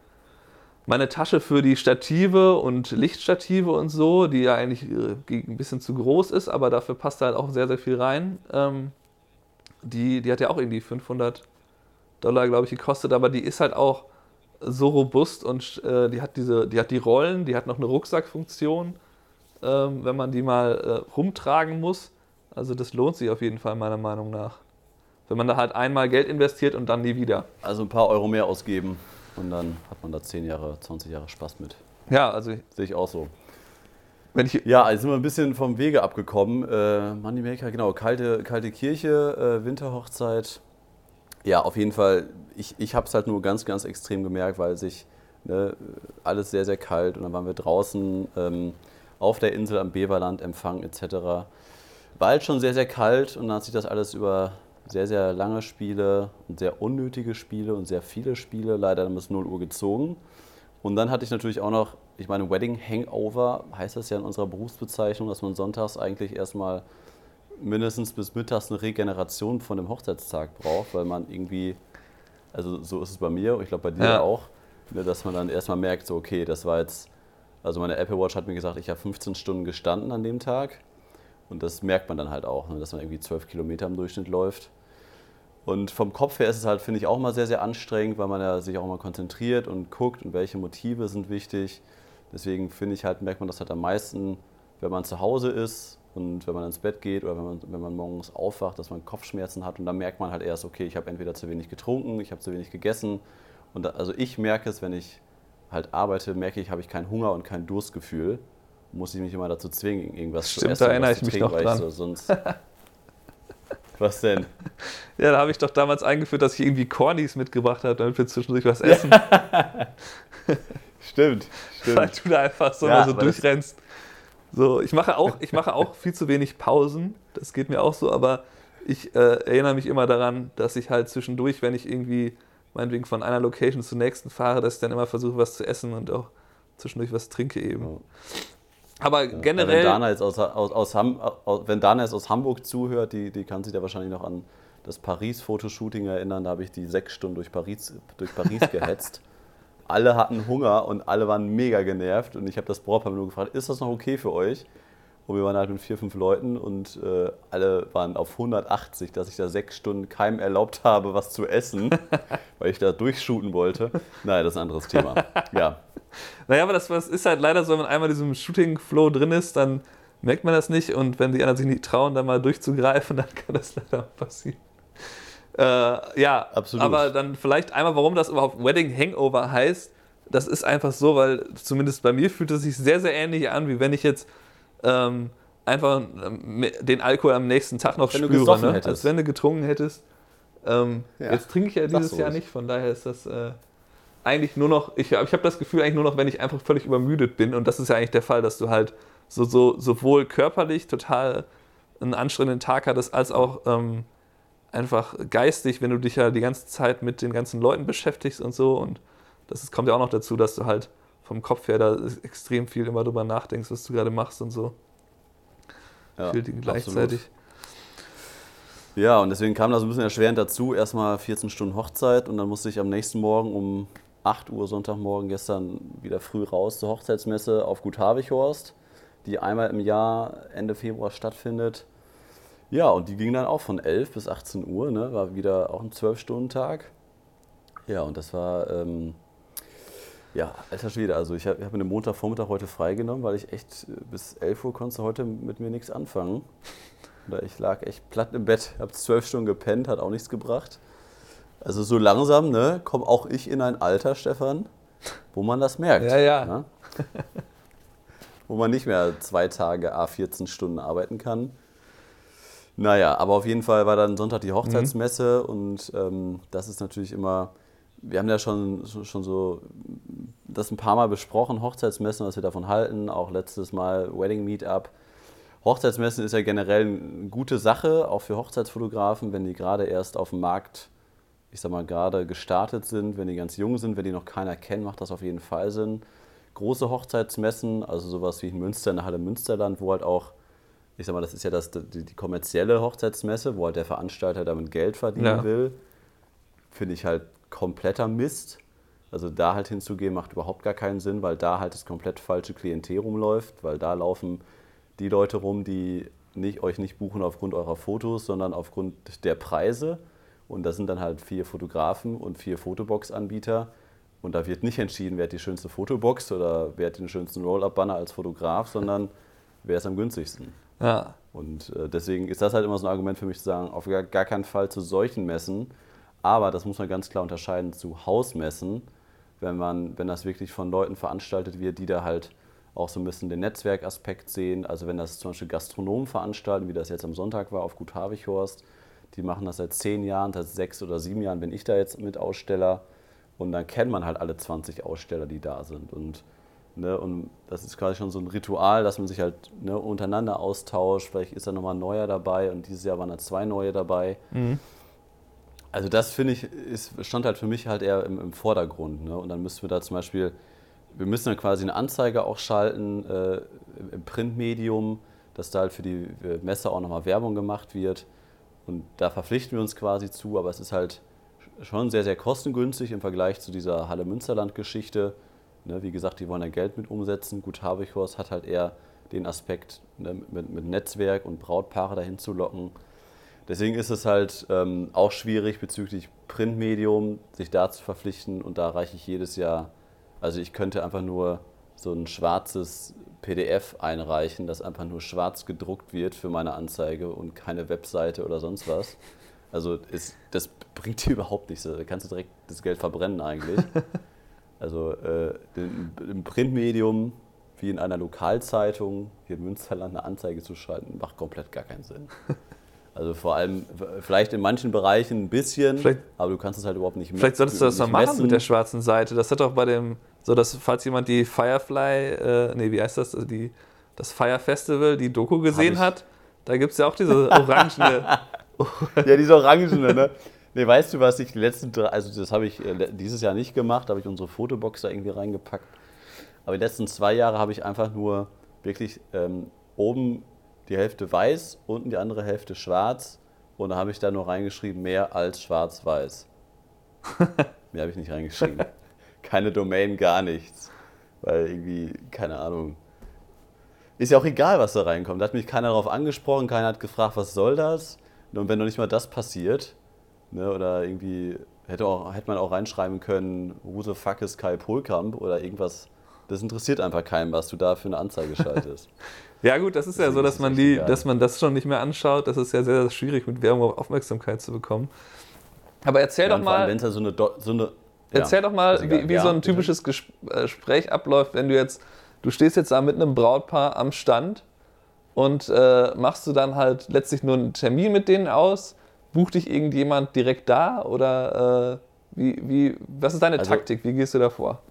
meine Tasche für die Stative und Lichtstative und so, die ja eigentlich äh, ein bisschen zu groß ist, aber dafür passt da halt auch sehr, sehr viel rein. Ähm, die, die hat ja auch irgendwie fünfhundert Dollar, glaube ich, gekostet, aber die ist halt auch so robust und äh, die hat diese, die hat die Rollen, die hat noch eine Rucksackfunktion, ähm, wenn man die mal äh, rumtragen muss. Also das lohnt sich auf jeden Fall meiner Meinung nach. Wenn man da halt einmal Geld investiert und dann nie wieder. Also ein paar Euro mehr ausgeben und dann hat man da zehn Jahre, zwanzig Jahre Spaß mit. Ja, also Sehe ich auch so. wenn ich Ja, jetzt sind wir ein bisschen vom Wege abgekommen. Äh, Moneymaker, genau, kalte, kalte Kirche, äh, Winterhochzeit. Ja, auf jeden Fall. Ich, ich habe es halt nur ganz, ganz extrem gemerkt, weil sich ne, alles sehr, sehr kalt und dann waren wir draußen ähm, auf der Insel am Beverland, Empfang et cetera. War halt schon sehr, sehr kalt und dann hat sich das alles über sehr, sehr lange Spiele und sehr unnötige Spiele und sehr viele Spiele leider dann bis null Uhr gezogen. Und dann hatte ich natürlich auch noch, ich meine, Wedding Hangover heißt das ja in unserer Berufsbezeichnung, dass man sonntags eigentlich erstmal mindestens bis mittags eine Regeneration von dem Hochzeitstag braucht, weil man irgendwie, also so ist es bei mir und ich glaube bei dir Ja. auch, ne, dass man dann erstmal merkt, so okay, das war jetzt, also meine Apple Watch hat mir gesagt, ich habe fünfzehn Stunden gestanden an dem Tag und das merkt man dann halt auch, ne, dass man irgendwie zwölf Kilometer im Durchschnitt läuft. Und vom Kopf her ist es halt, finde ich, auch mal sehr, sehr anstrengend, weil man ja sich auch mal konzentriert und guckt und welche Motive sind wichtig. Deswegen finde ich halt, merkt man das halt am meisten, wenn man zu Hause ist und wenn man ins Bett geht oder wenn man, wenn man morgens aufwacht, dass man Kopfschmerzen hat und dann merkt man halt erst, okay, ich habe entweder zu wenig getrunken, ich habe zu wenig gegessen. Und da, also ich merke es, wenn ich halt arbeite, merke ich, habe ich keinen Hunger und kein Durstgefühl. Muss ich mich immer dazu zwingen, irgendwas Stimmt, zu essen. da erinnere was ich zu mich trinken, noch weil dran. So, sonst was denn? Ja, da habe ich doch damals eingeführt, dass ich irgendwie Cornies mitgebracht habe, damit wir zwischendurch was essen. Stimmt, Weil stimmt. du da einfach so, Ja, mal so aber das- durchrennst. So, ich mache auch, ich mache auch viel zu wenig Pausen. Das geht mir auch so, aber ich äh, erinnere mich immer daran, dass ich halt zwischendurch, wenn ich irgendwie meinetwegen von einer Location zur nächsten fahre, dass ich dann immer versuche, was zu essen und auch zwischendurch was trinke eben. Ja. Aber Ja, generell. wenn Dana jetzt aus, aus, aus, Ham, aus, wenn Dana jetzt aus Hamburg zuhört, die, die kann sich da wahrscheinlich noch an das Paris-Fotoshooting erinnern. Da habe ich die sechs Stunden durch Paris, durch Paris gehetzt. Alle hatten Hunger und alle waren mega genervt. Und ich habe das Brautpaar nur gefragt, ist das noch okay für euch? Und wir waren halt mit vier, fünf Leuten und äh, alle waren auf hundertachtzig, dass ich da sechs Stunden keinem erlaubt habe, was zu essen, weil ich da durchshooten wollte. Naja, das ist ein anderes Thema. Ja. Naja, aber das, das ist halt leider so, wenn man einmal in diesem Shooting-Flow drin ist, dann merkt man das nicht. Und wenn die anderen sich nicht trauen, da mal durchzugreifen, dann kann das leider auch passieren. Äh, ja, Absolut. aber dann vielleicht einmal, warum das überhaupt Wedding Hangover heißt. Das ist einfach so, weil zumindest bei mir fühlt es sich sehr, sehr ähnlich an, wie wenn ich jetzt ähm, einfach ähm, den Alkohol am nächsten Tag noch Wenn du spüre. gesoffen Ne? hättest. Als wenn du getrunken hättest. Ähm, Ja, jetzt trinke ich ja sag's dieses Jahr ruhig. nicht, von daher ist das äh, eigentlich nur noch, ich, ich habe das Gefühl eigentlich nur noch, wenn ich einfach völlig übermüdet bin, und das ist ja eigentlich der Fall, dass du halt so, so sowohl körperlich total einen anstrengenden Tag hattest, als auch ähm, einfach geistig, wenn du dich ja die ganze Zeit mit den ganzen Leuten beschäftigst und so, und das ist, kommt ja auch noch dazu, dass du halt vom Kopf her da extrem viel immer drüber nachdenkst, was du gerade machst und so. Ja, Viel gleichzeitig. absolut. Ja, und deswegen kam das ein bisschen erschwerend dazu. Erstmal vierzehn Stunden Hochzeit und dann musste ich am nächsten Morgen um acht Uhr, Sonntagmorgen gestern, wieder früh raus zur Hochzeitsmesse auf Gut Havichhorst, die einmal im Jahr Ende Februar stattfindet. Ja, und die ging dann auch von elf bis achtzehn Uhr, ne? War wieder auch ein zwölf-Stunden-Tag. Ja, und das war, ähm, ja, alter Schwede. Also ich habe hab mir den Montagvormittag heute freigenommen, weil ich echt bis elf Uhr konntest du heute mit mir nichts anfangen. Oder ich lag echt platt im Bett, habe zwölf Stunden gepennt, hat auch nichts gebracht. Also so langsam, ne, komme auch ich in ein Alter, Stefan, wo man das merkt. Ja, ja. Ne? Wo man nicht mehr zwei Tage à vierzehn Stunden arbeiten kann. Naja, aber auf jeden Fall war dann Sonntag die Hochzeitsmesse und ähm, das ist natürlich immer wir haben ja schon, schon so das ein paar Mal besprochen, Hochzeitsmessen, was wir davon halten, auch letztes Mal Wedding Meetup. Hochzeitsmessen ist ja generell eine gute Sache, auch für Hochzeitsfotografen, wenn die gerade erst auf dem Markt, ich sag mal, gerade gestartet sind, wenn die ganz jung sind, wenn die noch keiner kennt, macht das auf jeden Fall Sinn. Große Hochzeitsmessen, also sowas wie in Münster, in der Halle Münsterland, wo halt auch, ich sag mal, das ist ja das, die, die kommerzielle Hochzeitsmesse, wo halt der Veranstalter damit Geld verdienen Ja. will, finde ich halt kompletter Mist. Also da halt hinzugehen, macht überhaupt gar keinen Sinn, weil da halt das komplett falsche Klientel rumläuft, weil da laufen die Leute rum, die nicht, euch nicht buchen aufgrund eurer Fotos, sondern aufgrund der Preise. Und das sind dann halt vier Fotografen und vier Fotobox-Anbieter. Und da wird nicht entschieden, wer hat die schönste Fotobox oder wer hat den schönsten Roll-Up-Banner als Fotograf, sondern wer ist am günstigsten. Ja. Und äh, deswegen ist das halt immer so ein Argument für mich zu sagen, auf gar, gar keinen Fall zu solchen Messen. Aber das muss man ganz klar unterscheiden zu Hausmessen, wenn, man, wenn das wirklich von Leuten veranstaltet wird, die da halt auch so ein bisschen den Netzwerkaspekt sehen. Also wenn das zum Beispiel Gastronomen veranstalten, wie das jetzt am Sonntag war auf Gut Havichhorst, die machen das seit zehn Jahren, seit sechs oder sieben Jahren bin ich da jetzt mit Aussteller. Und dann kennt man halt alle zwanzig Aussteller, die da sind. Und, ne, und das ist quasi schon so ein Ritual, dass man sich halt ne, untereinander austauscht. Vielleicht ist da nochmal ein neuer dabei und dieses Jahr waren da zwei neue dabei. Mhm. Also das, finde ich, ist, stand halt für mich halt eher im, im Vordergrund. Ne? Und dann müssen wir da zum Beispiel, wir müssen dann quasi eine Anzeige auch schalten äh, im Printmedium, dass da halt für die Messe auch nochmal Werbung gemacht wird. Und da verpflichten wir uns quasi zu, aber es ist halt schon sehr, sehr kostengünstig im Vergleich zu dieser Halle Münsterland-Geschichte. Ne, wie gesagt, die wollen da Geld mit umsetzen. Gut, Havichhorst hat halt eher den Aspekt, ne, mit, mit Netzwerk und Brautpaare dahin zu locken. Deswegen ist es halt ähm, auch schwierig bezüglich Printmedium, sich da zu verpflichten. Und da reiche ich jedes Jahr, also ich könnte einfach nur so ein schwarzes P D F einreichen, das einfach nur schwarz gedruckt wird für meine Anzeige und keine Webseite oder sonst was. Also ist, das bringt dir überhaupt nichts. Da kannst du direkt das Geld verbrennen eigentlich. Also äh, im Printmedium, wie in einer Lokalzeitung, hier in Münsterland eine Anzeige zu schalten, macht komplett gar keinen Sinn. Also vor allem, vielleicht in manchen Bereichen ein bisschen, vielleicht, aber du kannst es halt überhaupt nicht messen. Vielleicht solltest du das mal machen mit der schwarzen Seite. Das hat doch bei dem, so dass, falls jemand die Firefly, äh, nee, wie heißt das, also die, das Fire Festival, die Doku gesehen hat, da gibt es ja auch diese orangene... Ja, diese orangene, ne? Nee, weißt du, was ich die letzten drei, also das habe ich dieses Jahr nicht gemacht, da habe ich unsere Fotobox da irgendwie reingepackt. Aber die letzten zwei Jahre habe ich einfach nur wirklich ähm, oben die Hälfte weiß, unten die andere Hälfte schwarz. Und da habe ich da nur reingeschrieben, mehr als schwarz-weiß. Mehr habe ich nicht reingeschrieben. Keine Domain, gar nichts. Weil irgendwie, keine Ahnung. Ist ja auch egal, was da reinkommt. Da hat mich keiner darauf angesprochen, keiner hat gefragt, was soll das? Und wenn noch nicht mal das passiert, ne, oder irgendwie hätte, auch, hätte man auch reinschreiben können, who the fuck is Kai Polkamp oder irgendwas, das interessiert einfach keinen, was du da für eine Anzeige schaltest. Ja gut, das ist Deswegen ja so, dass man, die, dass man das schon nicht mehr anschaut. Das ist ja sehr, sehr schwierig, mit Werbung auf Aufmerksamkeit zu bekommen. Aber erzähl ja, doch mal, allem, ja so eine, so eine, erzähl ja, doch mal, wie, wie ja, so ein typisches bitte? Gespräch abläuft, wenn du jetzt, du stehst jetzt da mit einem Brautpaar am Stand und äh, machst du dann halt letztlich nur einen Termin mit denen aus? Bucht dich irgendjemand direkt da? Oder äh, wie, wie, was ist deine also, Taktik? Wie gehst du da vor?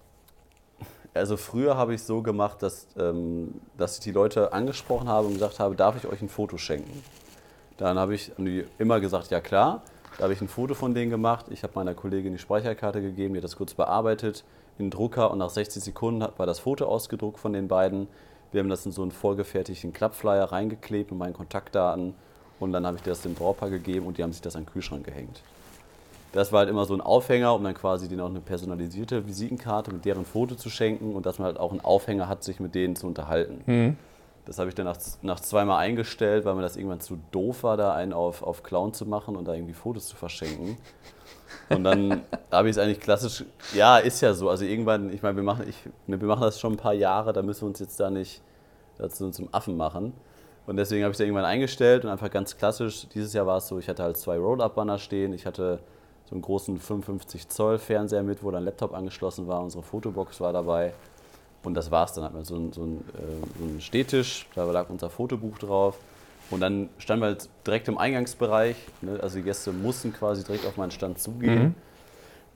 Also früher habe ich es so gemacht, dass, ähm, dass ich die Leute angesprochen habe und gesagt habe, darf ich euch ein Foto schenken? Dann habe ich haben die immer gesagt, ja klar. Da habe ich ein Foto von denen gemacht. Ich habe meiner Kollegin die Speicherkarte gegeben, die hat das kurz bearbeitet in den Drucker und nach sechzig Sekunden war das Foto ausgedruckt von den beiden. Wir haben das in so einen vorgefertigten Klappflyer reingeklebt mit meinen Kontaktdaten und dann habe ich das dem Brautpaar gegeben und die haben sich das an den Kühlschrank gehängt. Das war halt immer so ein Aufhänger, um dann quasi denen auch eine personalisierte Visitenkarte mit deren Foto zu schenken und dass man halt auch einen Aufhänger hat, sich mit denen zu unterhalten. Mhm. Das habe ich dann nach, nach zweimal eingestellt, weil mir das irgendwann zu doof war, da einen auf, auf Clown zu machen und da irgendwie Fotos zu verschenken. Und dann habe ich es eigentlich klassisch, ja, ist ja so. Also irgendwann, ich meine, wir machen, ich, wir machen das schon ein paar Jahre, da müssen wir uns jetzt da nicht dazu zum Affen machen. Und deswegen habe ich es irgendwann eingestellt und einfach ganz klassisch, dieses Jahr war es so, ich hatte halt zwei Roll-Up-Banner stehen, ich hatte so einen großen fünfundfünfzig Zoll Fernseher mit, wo dann ein Laptop angeschlossen war, unsere Fotobox war dabei. Und das war's dann. Hatten wir so einen, so einen, äh, so einen Stehtisch, da lag unser Fotobuch drauf. Und dann standen wir halt direkt im Eingangsbereich. Ne? Also die Gäste mussten quasi direkt auf meinen Stand zugehen. Mhm.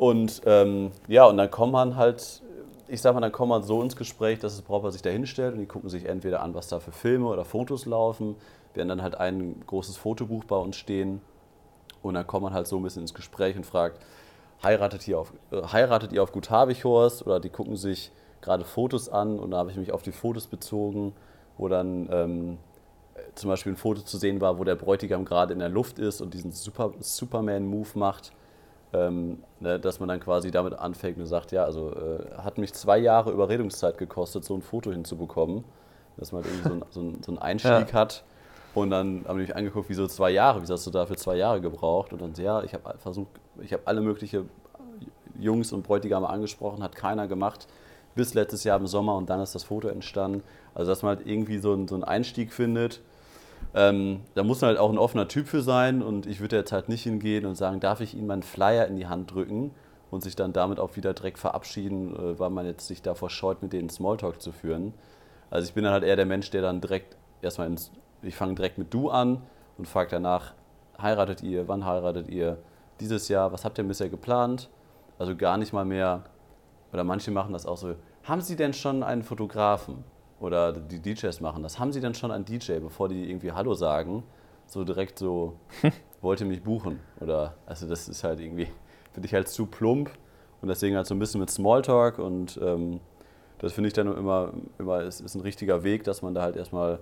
Und ähm, ja, und dann kommt man halt, ich sag mal, dann kommt man so ins Gespräch, dass das Brautpaar sich da hinstellt und die gucken sich entweder an, was da für Filme oder Fotos laufen. Wir haben dann halt ein großes Fotobuch bei uns stehen und dann kommt man halt so ein bisschen ins Gespräch und fragt, heiratet ihr auf, äh, heiratet ihr auf Gut Habichhorst? Oder die gucken sich gerade Fotos an und da habe ich mich auf die Fotos bezogen, wo dann ähm, zum Beispiel ein Foto zu sehen war, wo der Bräutigam gerade in der Luft ist und diesen Super, Superman-Move macht. Ähm, ne, dass man dann quasi damit anfängt und sagt, ja, also äh, hat mich zwei Jahre Überredungszeit gekostet, so ein Foto hinzubekommen, dass man halt irgendwie so, ein, so, ein, so einen Einstieg ja. hat und dann haben die mich angeguckt, wieso zwei Jahre, wieso hast du dafür zwei Jahre gebraucht und dann, ja, ich habe versucht, ich habe alle möglichen Jungs und Bräutigame angesprochen, hat keiner gemacht, bis letztes Jahr im Sommer und dann ist das Foto entstanden, also dass man halt irgendwie so, ein, so einen Einstieg findet. Ähm, da muss man halt auch ein offener Typ für sein und ich würde jetzt halt nicht hingehen und sagen, darf ich Ihnen meinen Flyer in die Hand drücken und sich dann damit auch wieder direkt verabschieden, äh, weil man jetzt sich davor scheut, mit denen Smalltalk zu führen. Also ich bin dann halt eher der Mensch, der dann direkt erstmal ins, ich fange direkt mit du an und frage danach, heiratet ihr, wann heiratet ihr, dieses Jahr, was habt ihr bisher geplant? Also gar nicht mal mehr, oder manche machen das auch so, haben Sie denn schon einen Fotografen? Oder die D Js machen das. Haben Sie denn schon einen D J, bevor die irgendwie Hallo sagen, so direkt so, wollt ihr mich buchen? Oder, also das ist halt irgendwie, finde ich halt zu plump und deswegen halt so ein bisschen mit Smalltalk und ähm, das finde ich dann immer, immer ist, ist ein richtiger Weg, dass man da halt erstmal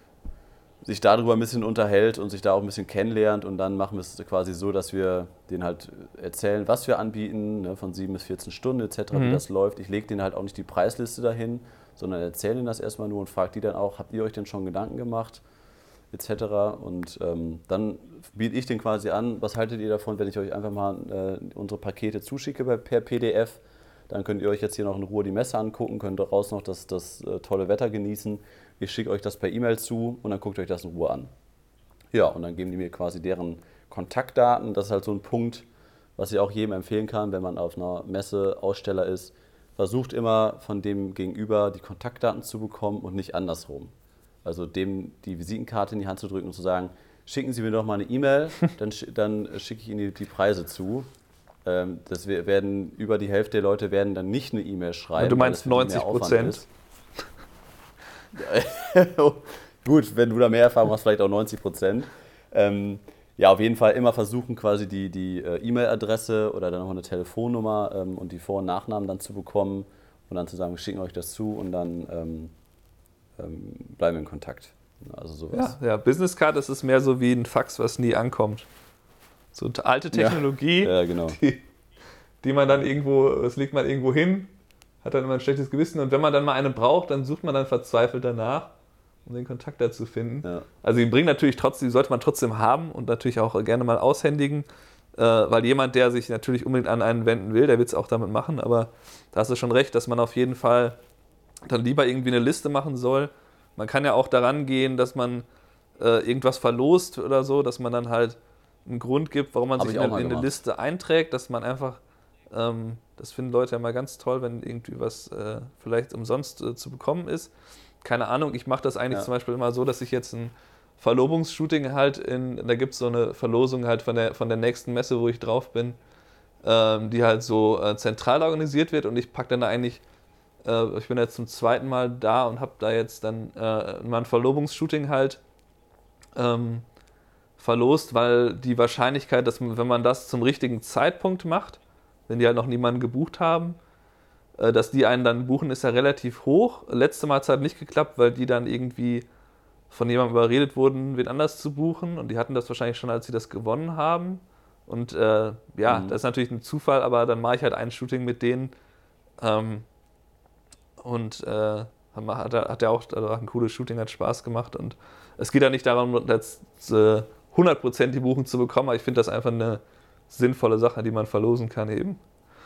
sich darüber ein bisschen unterhält und sich da auch ein bisschen kennenlernt und dann machen wir es quasi so, dass wir denen halt erzählen, was wir anbieten, ne, von sieben bis vierzehn Stunden et cetera, mhm. wie das läuft. Ich lege denen halt auch nicht die Preisliste dahin, sondern erzähle ihnen das erstmal nur und frage die dann auch, habt ihr euch denn schon Gedanken gemacht, et cetera. Und ähm, dann biete ich den quasi an, was haltet ihr davon, wenn ich euch einfach mal äh, unsere Pakete zuschicke per P D F. Dann könnt ihr euch jetzt hier noch in Ruhe die Messe angucken, könnt daraus noch das, das äh, tolle Wetter genießen. Ich schicke euch das per E-Mail zu und dann guckt euch das in Ruhe an. Ja, und dann geben die mir quasi deren Kontaktdaten. Das ist halt so ein Punkt, was ich auch jedem empfehlen kann, wenn man auf einer Messe Aussteller ist. Versucht immer von dem Gegenüber die Kontaktdaten zu bekommen und nicht andersrum. Also dem die Visitenkarte in die Hand zu drücken und zu sagen, schicken Sie mir doch mal eine E-Mail, dann, dann schicke ich Ihnen die, die Preise zu. Ähm, das werden, über die Hälfte der Leute werden dann nicht eine E-Mail schreiben. Und du meinst neunzig Prozent? Gut, wenn du da mehr Erfahrung hast, vielleicht auch neunzig Prozent. Ähm, Ja, auf jeden Fall immer versuchen, quasi die, die äh, E-Mail-Adresse oder dann noch eine Telefonnummer ähm, und die Vor- und Nachnamen dann zu bekommen und dann zu sagen, wir schicken euch das zu und dann ähm, ähm, bleiben wir in Kontakt. Also sowas. Ja, ja, Businesscard, das ist mehr so wie ein Fax, was nie ankommt. So eine alte Technologie, ja, ja, genau. die, die man dann irgendwo, das legt man irgendwo hin, hat dann immer ein schlechtes Gewissen und wenn man dann mal eine braucht, dann sucht man dann verzweifelt danach, um den Kontakt dazu finden. Ja. Also die bringen natürlich trotzdem, die sollte man trotzdem haben und natürlich auch gerne mal aushändigen, äh, weil jemand, der sich natürlich unbedingt an einen wenden will, der will es auch damit machen, aber da hast du schon recht, dass man auf jeden Fall dann lieber irgendwie eine Liste machen soll. Man kann ja auch daran gehen, dass man äh, irgendwas verlost oder so, dass man dann halt einen Grund gibt, warum man Hab sich in, in eine Liste einträgt, dass man einfach, ähm, das finden Leute ja mal ganz toll, wenn irgendwie was äh, vielleicht umsonst äh, zu bekommen ist. Keine Ahnung, ich mache das eigentlich ja. zum Beispiel immer so, dass ich jetzt ein Verlobungsshooting halt in, da gibt es so eine Verlosung halt von der, von der nächsten Messe, wo ich drauf bin, ähm, die halt so äh, zentral organisiert wird und ich packe dann da eigentlich, äh, ich bin jetzt zum zweiten Mal da und habe da jetzt dann äh, mal ein Verlobungsshooting halt ähm, verlost, weil die Wahrscheinlichkeit, dass man, wenn man das zum richtigen Zeitpunkt macht, wenn die halt noch niemanden gebucht haben, dass die einen dann buchen, ist ja relativ hoch. Letzte Mal hat es halt nicht geklappt, weil die dann irgendwie von jemandem überredet wurden, wen anders zu buchen. Und die hatten das wahrscheinlich schon, als sie das gewonnen haben. Und äh, ja, mhm. das ist natürlich ein Zufall, aber dann mache ich halt ein Shooting mit denen. Ähm, und äh, hat, hat ja auch also ein cooles Shooting, hat Spaß gemacht. Und es geht ja nicht darum, jetzt äh, hundert Prozent die Buchung zu bekommen, aber ich finde das einfach eine sinnvolle Sache, die man verlosen kann eben.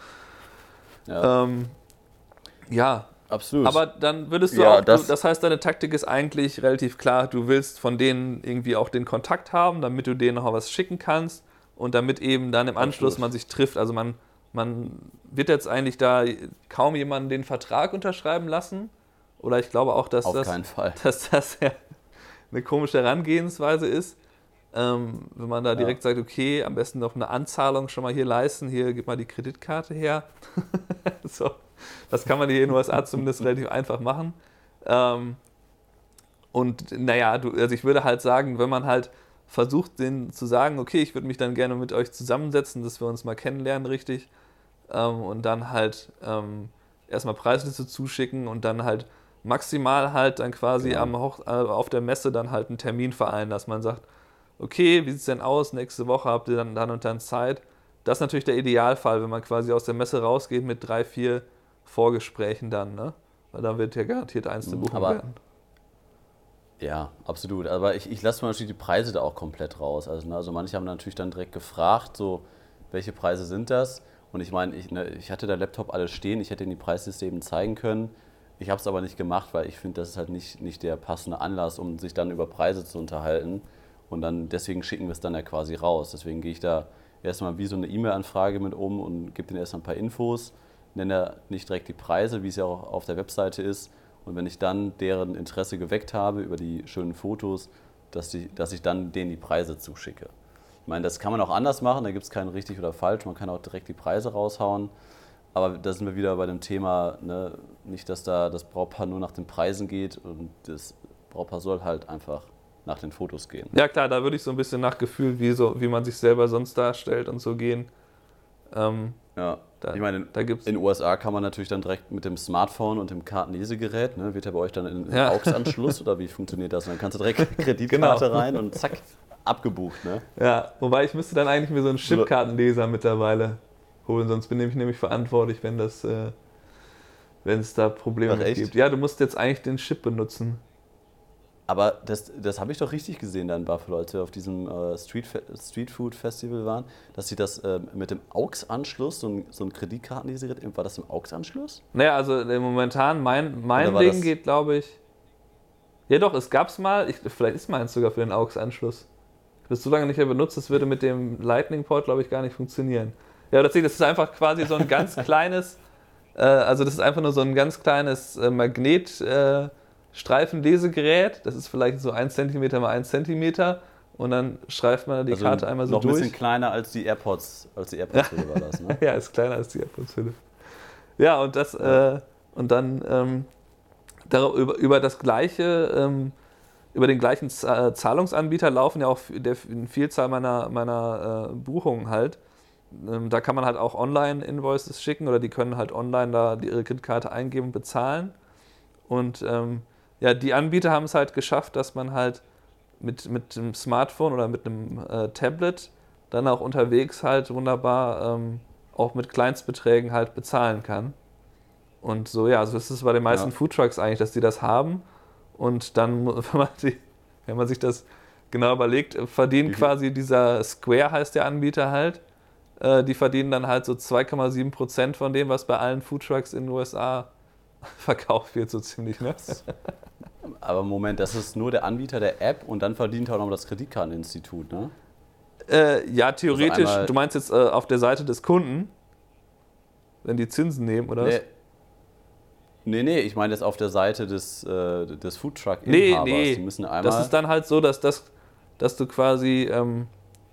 Ja. Ähm, Ja, absolut. Aber dann würdest du ja, auch, das, du, das heißt, deine Taktik ist eigentlich relativ klar, du willst von denen irgendwie auch den Kontakt haben, damit du denen noch was schicken kannst und damit eben dann im Anschluss absolut. man sich trifft. Also man, man wird jetzt eigentlich da kaum jemanden den Vertrag unterschreiben lassen oder ich glaube auch, dass, Auf das, keinen Fall. dass das ja eine komische Herangehensweise ist. Ähm, wenn man da direkt ja. sagt, okay, am besten noch eine Anzahlung schon mal hier leisten, hier gib mal die Kreditkarte her. So, das kann man hier in den U S A zumindest relativ einfach machen. Ähm, und naja, du, also ich würde halt sagen, wenn man halt versucht, denen zu sagen, okay, ich würde mich dann gerne mit euch zusammensetzen, dass wir uns mal kennenlernen richtig ähm, und dann halt ähm, erstmal Preisliste zuschicken und dann halt maximal halt dann quasi genau. am Hoch- äh, auf der Messe dann halt einen Termin vereinbaren, dass man sagt, okay, wie sieht es denn aus, nächste Woche habt ihr dann, dann und dann Zeit. Das ist natürlich der Idealfall, wenn man quasi aus der Messe rausgeht mit drei, vier Vorgesprächen dann, ne? Weil da wird ja garantiert eins zu buchen Aber, werden. Ja, absolut. Aber ich, ich lasse natürlich die Preise da auch komplett raus. Also, ne, also manche haben natürlich dann direkt gefragt, so, welche Preise sind das? Und ich meine, ich, ne, ich hatte der Laptop alles stehen, ich hätte Ihnen die Preisliste eben zeigen können. Ich habe es aber nicht gemacht, weil ich finde, das ist halt nicht, nicht der passende Anlass, um sich dann über Preise zu unterhalten. Und dann deswegen schicken wir es dann ja quasi raus. Deswegen gehe ich da erstmal wie so eine E-Mail-Anfrage mit um und gebe denen erstmal ein paar Infos, nenne ja nicht direkt die Preise, wie es ja auch auf der Webseite ist. Und wenn ich dann deren Interesse geweckt habe über die schönen Fotos, dass, die, dass ich dann denen die Preise zuschicke. Ich meine, das kann man auch anders machen, da gibt es keinen richtig oder falsch, man kann auch direkt die Preise raushauen. Aber da sind wir wieder bei dem Thema, ne, nicht, dass da das Brautpaar nur nach den Preisen geht und das Brautpaar soll halt einfach nach den Fotos gehen. Ja klar, da würde ich so ein bisschen nach Gefühl, wie, so, wie man sich selber sonst darstellt und so gehen. Ähm, ja, da, ich meine, da gibt's in den U S A kann man natürlich dann direkt mit dem Smartphone und dem Kartenlesegerät, ne, wird ja bei euch dann ein ja. A U X-Anschluss oder wie funktioniert das? Und dann kannst du direkt Kreditkarte genau. rein und zack, abgebucht. Ne? Ja, wobei ich müsste dann eigentlich mir so einen Chipkartenleser mittlerweile holen, sonst bin ich nämlich verantwortlich, wenn das, äh, wenn es da Probleme Ach, gibt. Ja, du musst jetzt eigentlich den Chip benutzen. Aber das, das habe ich doch richtig gesehen da in Buffalo, als wir auf diesem äh, Street, Street Food Festival waren, dass sie das äh, mit dem A U X-Anschluss, so ein, so ein Kreditkartenlesegerät, war das im A U X-Anschluss? Naja, also momentan, mein, mein Ding geht, glaube ich, ja doch, es gab es mal, ich, vielleicht ist meins sogar für den A U X-Anschluss. Ich habe es so lange nicht mehr benutzt, das würde mit dem Lightning-Port, glaube ich, gar nicht funktionieren. Ja, das ist einfach quasi so ein ganz kleines, äh, also das ist einfach nur so ein ganz kleines äh, Magnet- äh, Streifenlesegerät, das ist vielleicht so ein Zentimeter mal ein Zentimeter und dann streift man die also Karte einmal so noch durch. Noch ein bisschen kleiner als die AirPods, als die AirPods-Hülle war das, ne? Ja, ist kleiner als die AirPods-Hülle. Ja, und das, ja. Äh, und dann ähm, darüber, über, über das gleiche, ähm, über den gleichen Zahlungsanbieter laufen ja auch der, eine Vielzahl meiner, meiner äh, Buchungen halt. Ähm, da kann man halt auch Online-Invoices schicken oder die können halt online da ihre Kreditkarte eingeben und bezahlen. Und ähm, ja, die Anbieter haben es halt geschafft, dass man halt mit, mit dem Smartphone oder mit einem äh, Tablet dann auch unterwegs halt wunderbar ähm, auch mit Kleinstbeträgen halt bezahlen kann. Und so, ja, so ist es bei den meisten ja. Foodtrucks eigentlich, dass die das haben. Und dann, wenn man, die, wenn man sich das genau überlegt, verdient quasi dieser Square, heißt der Anbieter halt, äh, die verdienen dann halt so zwei Komma sieben Prozent von dem, was bei allen Foodtrucks in den U S A verkauft wird, so ziemlich, ne? Aber Moment, das ist nur der Anbieter der App und dann verdient auch noch das Kreditkarteninstitut, ne? Äh, ja, theoretisch. Also du meinst jetzt äh, auf der Seite des Kunden, wenn die Zinsen nehmen, oder nee. was? Nee, nee, ich meine jetzt auf der Seite des, äh, des Foodtruck-Inhabers. Nee, nee, die müssen einmal das ist dann halt so, dass, das, dass du quasi, ähm,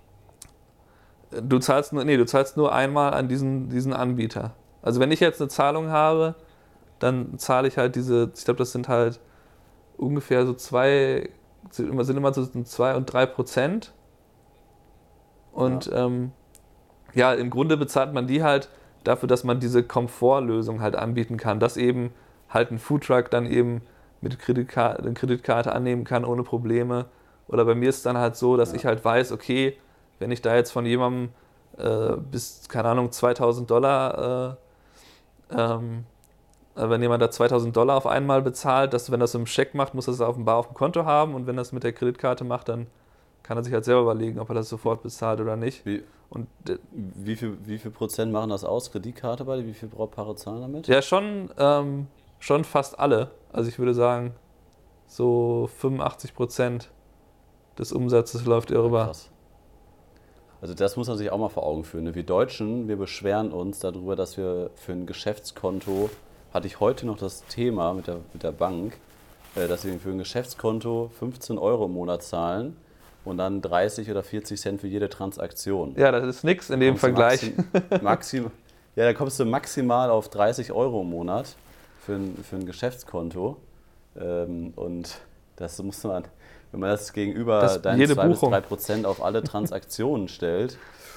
du zahlst nur, nee, du zahlst nur einmal an diesen, diesen Anbieter. Also wenn ich jetzt eine Zahlung habe, dann zahle ich halt diese, ich glaube, das sind halt ungefähr so zwei, sind immer, sind immer so zwei und drei Prozent. Und ja. Ähm, ja, im Grunde bezahlt man die halt dafür, dass man diese Komfortlösung halt anbieten kann, dass eben halt ein Foodtruck dann eben mit Kreditkarte, eine Kreditkarte annehmen kann ohne Probleme. Oder bei mir ist es dann halt so, dass ja. ich halt weiß, okay, wenn ich da jetzt von jemandem äh, bis, keine Ahnung, zweitausend Dollar äh, ähm, wenn jemand da zweitausend Dollar auf einmal bezahlt, dass wenn das im Scheck macht, muss er es offenbar auf dem Konto haben und wenn er es mit der Kreditkarte macht, dann kann er sich halt selber überlegen, ob er das sofort bezahlt oder nicht. Wie, und, äh, wie, viel, wie viel Prozent machen das aus, Kreditkarte bei dir? Wie viele Brautpaare zahlen damit? Ja, schon, ähm, schon fast alle. Also ich würde sagen, so fünfundachtzig Prozent des Umsatzes läuft darüber. Ja, krass. Also das muss man sich auch mal vor Augen führen. Wir Deutschen, wir beschweren uns darüber, dass wir für ein Geschäftskonto, hatte ich heute noch das Thema mit der, mit der Bank, dass wir für ein Geschäftskonto fünfzehn Euro im Monat zahlen und dann dreißig oder vierzig Cent für jede Transaktion. Ja, das ist nix in dem Vergleich. Maxim, maxim, ja, da kommst du maximal auf dreißig Euro im Monat für ein, für ein Geschäftskonto. Ähm, und das muss man, wenn man das gegenüber das deinen zwei bis Buchung. drei Prozent auf alle Transaktionen stellt,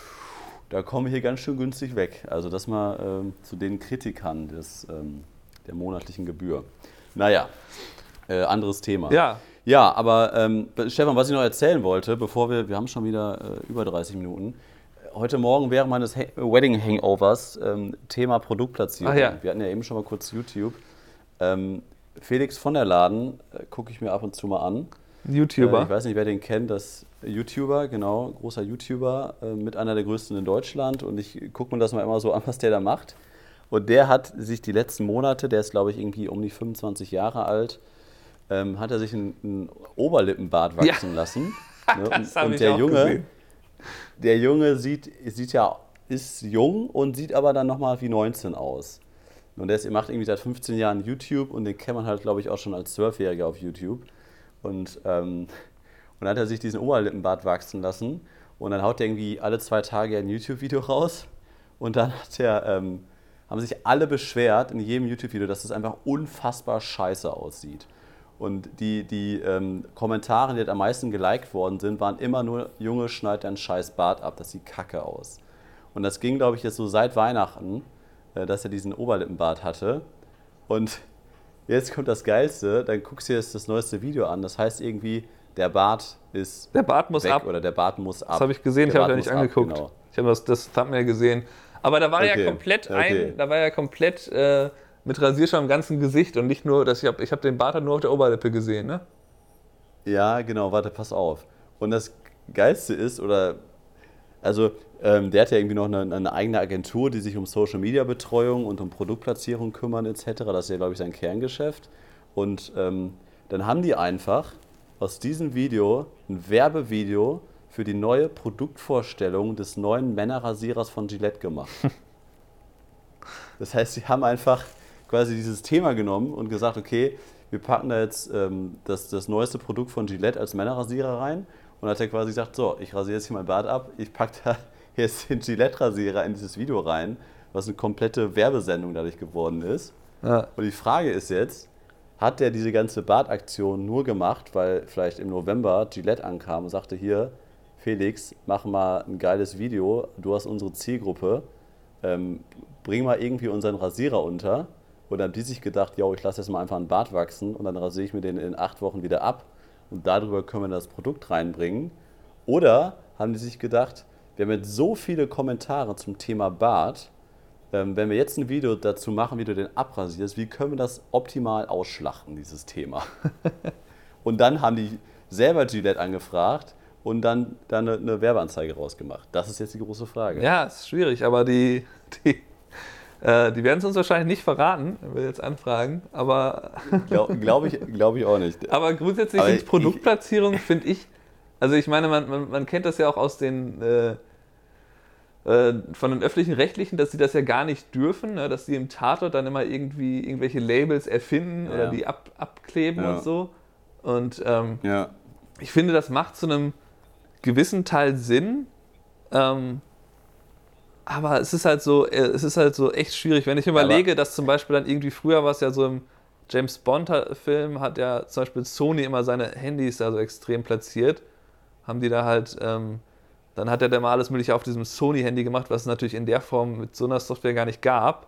da kommen wir hier ganz schön günstig weg. Also das mal ähm, zu den Kritikern des, ähm, der monatlichen Gebühr. Naja, äh, anderes Thema. Ja. Ja, aber ähm, Stefan, was ich noch erzählen wollte, bevor wir, wir haben schon wieder äh, über dreißig Minuten, heute Morgen während meines ha- Wedding Hangovers ähm, Thema Produktplatzierung. Ach ja. Wir hatten ja eben schon mal kurz YouTube. Ähm, Felix von der Laden äh, gucke ich mir ab und zu mal an. YouTuber. Äh, ich weiß nicht, wer den kennt, das YouTuber, genau, großer YouTuber, äh, mit einer der größten in Deutschland. Und ich gucke mir das mal immer so an, was der da macht. Und der hat sich die letzten Monate, der ist glaube ich irgendwie um die fünfundzwanzig Jahre alt, ähm, hat er sich einen, einen Oberlippenbart wachsen Ja. lassen. Ne? Das Und, hab und ich der auch Junge, gesehen. der Junge sieht, sieht ja, ist jung und sieht aber dann nochmal wie neunzehn aus. Und der ist, macht irgendwie seit fünfzehn Jahren YouTube und den kennt man halt, glaube ich, auch schon als Zwölfjähriger auf YouTube. Und, ähm, und dann hat er sich diesen Oberlippenbart wachsen lassen und dann haut er irgendwie alle zwei Tage ein YouTube-Video raus und dann hat er, ähm, haben sich alle beschwert in jedem YouTube-Video, dass es einfach unfassbar scheiße aussieht. Und die, die ähm, Kommentare, die halt am meisten geliked worden sind, waren immer nur, Junge, schneid deinen scheiß Bart ab, das sieht kacke aus. Und das ging, glaube ich, jetzt so seit Weihnachten, äh, dass er diesen Oberlippenbart hatte. Und jetzt kommt das Geilste, dann guckst du dir jetzt das neueste Video an, das heißt irgendwie, der Bart ist Der Bart muss weg ab. oder der Bart muss ab. Das habe ich gesehen, ich Der habe ja Bart nicht muss ab, angeguckt. genau. Ich habe das, das Thumbnail gesehen. Aber da war Okay, ja komplett okay. ein, da war ja komplett äh, mit Rasierschaum im ganzen Gesicht und nicht nur, dass ich habe ich hab den Bart halt nur auf der Oberlippe gesehen, ne? Ja, genau, warte, pass auf. Und das Geilste ist, oder, also, ähm, der hat ja irgendwie noch eine, eine eigene Agentur, die sich um Social-Media-Betreuung und um Produktplatzierung kümmern et cetera. Das ist ja, glaube ich, sein Kerngeschäft. Und ähm, dann haben die einfach aus diesem Video ein Werbevideo für die neue Produktvorstellung des neuen Männerrasierers von Gillette gemacht. Das heißt, sie haben einfach quasi dieses Thema genommen und gesagt, okay, wir packen da jetzt ähm, das, das neueste Produkt von Gillette als Männerrasierer rein. Und hat er quasi gesagt, so, ich rasiere jetzt hier mein Bart ab, ich packe da jetzt den Gillette-Rasierer in dieses Video rein, was eine komplette Werbesendung dadurch geworden ist. Ja. Und die Frage ist jetzt, hat der diese ganze Bartaktion nur gemacht, weil vielleicht im November Gillette ankam und sagte, hier, Felix, mach mal ein geiles Video, du hast unsere Zielgruppe, ähm, bring mal irgendwie unseren Rasierer unter. Und dann haben die sich gedacht, yo, ich lasse jetzt mal einfach einen Bart wachsen und dann rasiere ich mir den in acht Wochen wieder ab und darüber können wir das Produkt reinbringen. Oder haben die sich gedacht, wir haben jetzt so viele Kommentare zum Thema Bart, ähm, wenn wir jetzt ein Video dazu machen, wie du den abrasierst, wie können wir das optimal ausschlachten, dieses Thema? Und dann haben die selber Gillette angefragt und dann, dann eine, eine Werbeanzeige rausgemacht. Das ist jetzt die große Frage. Ja, ist schwierig, aber die, die, äh, die werden es uns wahrscheinlich nicht verraten, wenn wir jetzt anfragen. Aber, Glaube glaub ich, glaub ich auch nicht. aber grundsätzlich Aber sind ich- Produktplatzierungen, finde ich, also ich meine, man, man, man kennt das ja auch aus den, äh, äh, von den öffentlichen Rechtlichen, dass sie das ja gar nicht dürfen, ne? Dass sie im Tatort dann immer irgendwie irgendwelche Labels erfinden Ja. oder die ab, abkleben Ja. und so. Und ähm, Ja. ich finde, das macht zu einem gewissen Teil Sinn. Ähm, aber es ist halt so, äh, es ist halt so echt schwierig, wenn ich überlege, dass zum Beispiel dann irgendwie früher war es ja so im James Bond-Film, hat ja zum Beispiel Sony immer seine Handys da so extrem platziert. Haben die da halt, ähm, dann hat er da mal alles Mögliche auf diesem Sony-Handy gemacht, was es natürlich in der Form mit so einer Software gar nicht gab.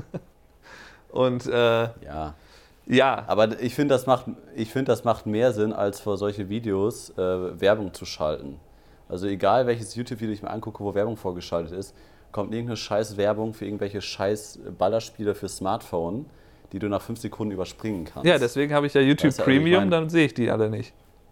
Und äh, Ja. ja, Aber ich finde, das, macht- ich find, das macht mehr Sinn, als für solche Videos äh, Werbung zu schalten. Also egal, welches YouTube-Video ich mir angucke, wo Werbung vorgeschaltet ist, kommt irgendeine scheiß Werbung für irgendwelche scheiß Ballerspiele für Smartphone, die du nach fünf Sekunden überspringen kannst. ja, deswegen habe ich ja YouTube Weißt du, also ich Premium, mein- dann sehe ich die alle nicht.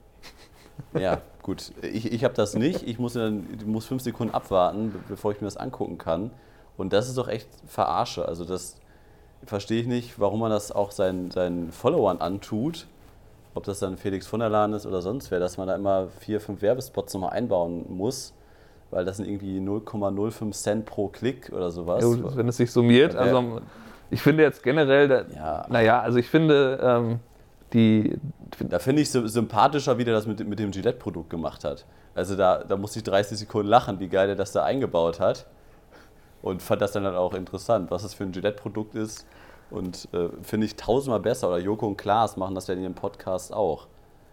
Ja, gut. Ich, ich habe das nicht. Ich muss, dann, ich muss fünf Sekunden abwarten, be- bevor ich mir das angucken kann. Und das ist doch echt Verarsche. Also das verstehe ich nicht, warum man das auch seinen, seinen Followern antut. Ob das dann Felix von der Laden ist oder sonst wer, dass man da immer vier, fünf Werbespots nochmal einbauen muss. Weil das sind irgendwie null Komma null fünf Cent pro Klick oder sowas. Ja, wenn es sich summiert. Ja, Also ich finde jetzt generell, da, Ja. naja, also ich finde, ähm, die, Da finde ich so sympathischer, wie der das mit, mit dem Gillette-Produkt gemacht hat. Also da, da musste ich dreißig Sekunden lachen, wie geil der das da eingebaut hat. Und fand das dann halt auch interessant, was das für ein Gillette-Produkt ist. Und äh, finde ich tausendmal besser. Oder Joko und Klaas machen das ja in ihrem Podcast auch.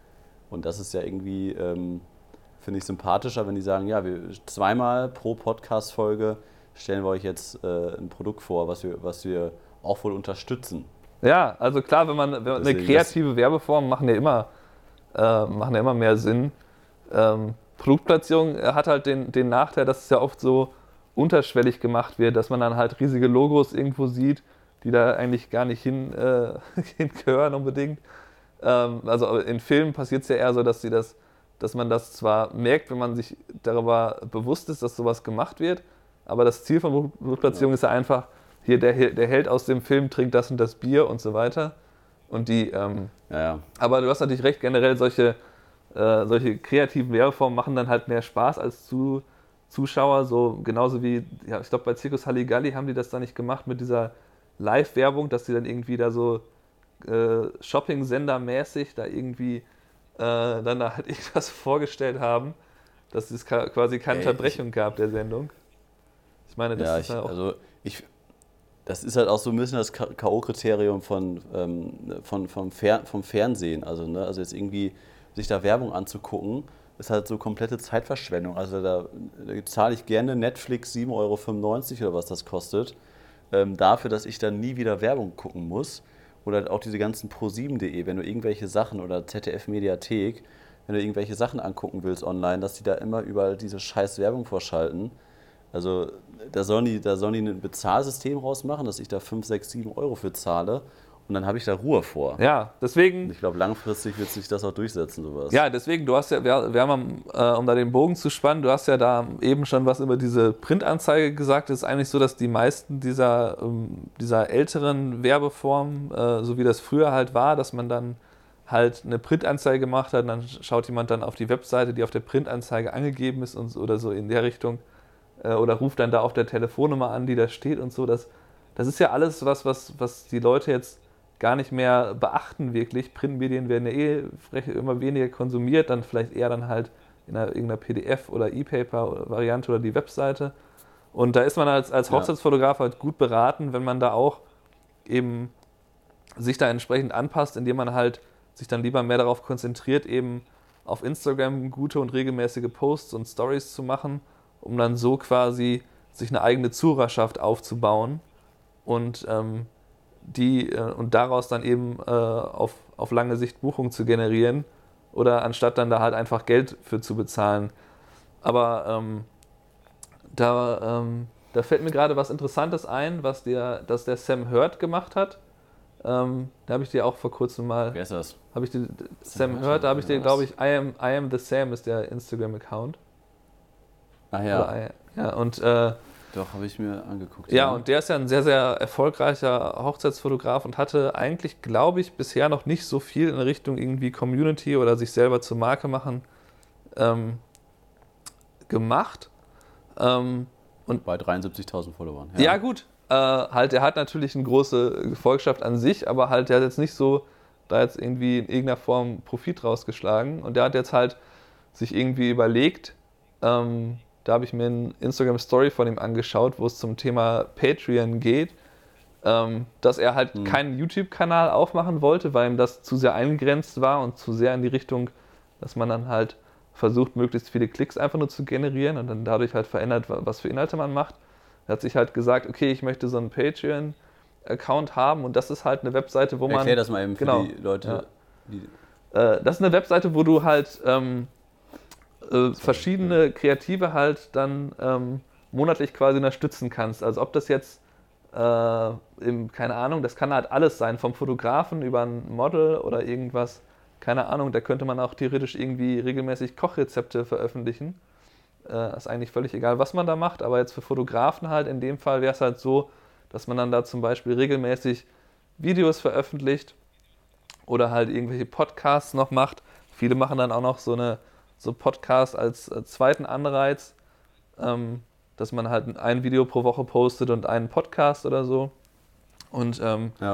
Und das ist ja irgendwie, ähm, finde ich, sympathischer, wenn die sagen, ja, wir zweimal pro Podcast-Folge stellen wir euch jetzt äh, ein Produkt vor, was wir, was wir auch wohl unterstützen. Ja, also klar, wenn man, wenn man eine kreative Werbeform machen ja immer, äh, machen ja immer mehr Sinn. Ähm, Produktplatzierung hat halt den, den Nachteil, dass es ja oft so unterschwellig gemacht wird, dass man dann halt riesige Logos irgendwo sieht, die da eigentlich gar nicht hin, äh, hingehören unbedingt. Ähm, also in Filmen passiert es ja eher so, dass, sie das, dass man das zwar merkt, wenn man sich darüber bewusst ist, dass sowas gemacht wird, aber das Ziel von Produktplatzierung ja. ist ja einfach, hier der, der Held aus dem Film trinkt das und das Bier und so weiter. Und die, ähm, ja, ja. Aber du hast natürlich recht, generell solche, äh, solche kreativen Werbeformen machen dann halt mehr Spaß als zu Zuschauer, so genauso wie, ja, ich glaube bei Circus Halligalli haben die das da nicht gemacht mit dieser Live-Werbung, dass die dann irgendwie da so äh, Shopping-Sender-mäßig da irgendwie äh, dann da halt irgendwas vorgestellt haben, dass es quasi keine Ey, Unterbrechung ich, gab der Sendung. Ich meine, das ja, ist ich, ja auch... Also ich, das ist halt auch so ein bisschen das K O-Kriterium von, ähm, von, vom, Fer vom Fernsehen. Also, ne, also jetzt irgendwie sich da Werbung anzugucken, ist halt so komplette Zeitverschwendung. Also da, da zahle ich gerne Netflix sieben Euro fünfundneunzig oder was das kostet, ähm, dafür, dass ich dann nie wieder Werbung gucken muss. Oder auch diese ganzen pro sieben punkt de, wenn du irgendwelche Sachen oder Z D F-Mediathek, wenn du irgendwelche Sachen angucken willst online, dass die da immer überall diese scheiß Werbung vorschalten. Also da sollen die, da sollen die ein Bezahlsystem rausmachen, dass ich da fünf, sechs, sieben Euro für zahle und dann habe ich da Ruhe vor. Ja, deswegen... Und ich glaube, langfristig wird sich das auch durchsetzen, sowas. Ja, deswegen, du hast ja, wir, wir haben, äh, um da den Bogen zu spannen, du hast ja da eben schon was über diese Printanzeige gesagt. Es ist eigentlich so, dass die meisten dieser, ähm, dieser älteren Werbeformen, äh, so wie das früher halt war, dass man dann halt eine Printanzeige gemacht hat und dann schaut jemand dann auf die Webseite, die auf der Printanzeige angegeben ist und, oder so in der Richtung, äh, oder ruft dann da auf der Telefonnummer an, die da steht und so. Das, das ist ja alles was, was, was die Leute jetzt gar nicht mehr beachten wirklich. Printmedien werden ja eh immer weniger konsumiert, dann vielleicht eher dann halt in einer, irgendeiner P D F- oder E-Paper-Variante oder die Webseite. Und da ist man als, als Hochzeitsfotograf halt gut beraten, wenn man da auch eben sich da entsprechend anpasst, indem man halt sich dann lieber mehr darauf konzentriert, eben auf Instagram gute und regelmäßige Posts und Stories zu machen, um dann so quasi sich eine eigene Zuhörerschaft aufzubauen und ähm, die äh, und daraus dann eben äh, auf, auf lange Sicht Buchungen zu generieren oder anstatt dann da halt einfach Geld für zu bezahlen. Aber ähm, da, ähm, da fällt mir gerade was Interessantes ein, was der, das der Sam Hurd gemacht hat. Ähm, da habe ich dir auch vor kurzem mal... Wer ist das? Habe ich die, Sam Hurd, da habe ich dir, glaube ich, I am, I am the Sam ist der Instagram-Account. Ach ja. Oder, ja, und... Äh, Doch, habe ich mir angeguckt. Ja, ja, und der ist ja ein sehr, sehr erfolgreicher Hochzeitsfotograf und hatte eigentlich, glaube ich, bisher noch nicht so viel in Richtung irgendwie Community oder sich selber zur Marke machen ähm, gemacht. Ähm, und bei dreiundsiebzigtausend Followern. Ja, ja gut. Äh, halt, er hat natürlich eine große Gefolgschaft an sich, aber halt, der hat jetzt nicht so da jetzt irgendwie in irgendeiner Form Profit rausgeschlagen. Und der hat jetzt halt sich irgendwie überlegt, ähm, da habe ich mir eine Instagram-Story von ihm angeschaut, wo es zum Thema Patreon geht, ähm, dass er halt mhm. keinen YouTube-Kanal aufmachen wollte, weil ihm das zu sehr eingegrenzt war und zu sehr in die Richtung, dass man dann halt versucht, möglichst viele Klicks einfach nur zu generieren und dann dadurch halt verändert, was für Inhalte man macht. Er hat sich halt gesagt, okay, ich möchte so einen Patreon-Account haben und das ist halt eine Webseite, wo man... Erklär das mal eben für genau, die Leute. Ja. Die äh, das ist eine Webseite, wo du halt... Ähm, Äh, verschiedene Kreative halt dann ähm, monatlich quasi unterstützen kannst. Also ob das jetzt, äh, im, keine Ahnung, das kann halt alles sein, vom Fotografen über ein Model oder irgendwas, keine Ahnung, da könnte man auch theoretisch irgendwie regelmäßig Kochrezepte veröffentlichen. Äh, ist eigentlich völlig egal, was man da macht, aber jetzt für Fotografen halt, in dem Fall wäre es halt so, dass man dann da zum Beispiel regelmäßig Videos veröffentlicht oder halt irgendwelche Podcasts noch macht. Viele machen dann auch noch so eine so Podcast als äh, zweiten Anreiz, ähm, dass man halt ein Video pro Woche postet und einen Podcast oder so. Und ähm, ja.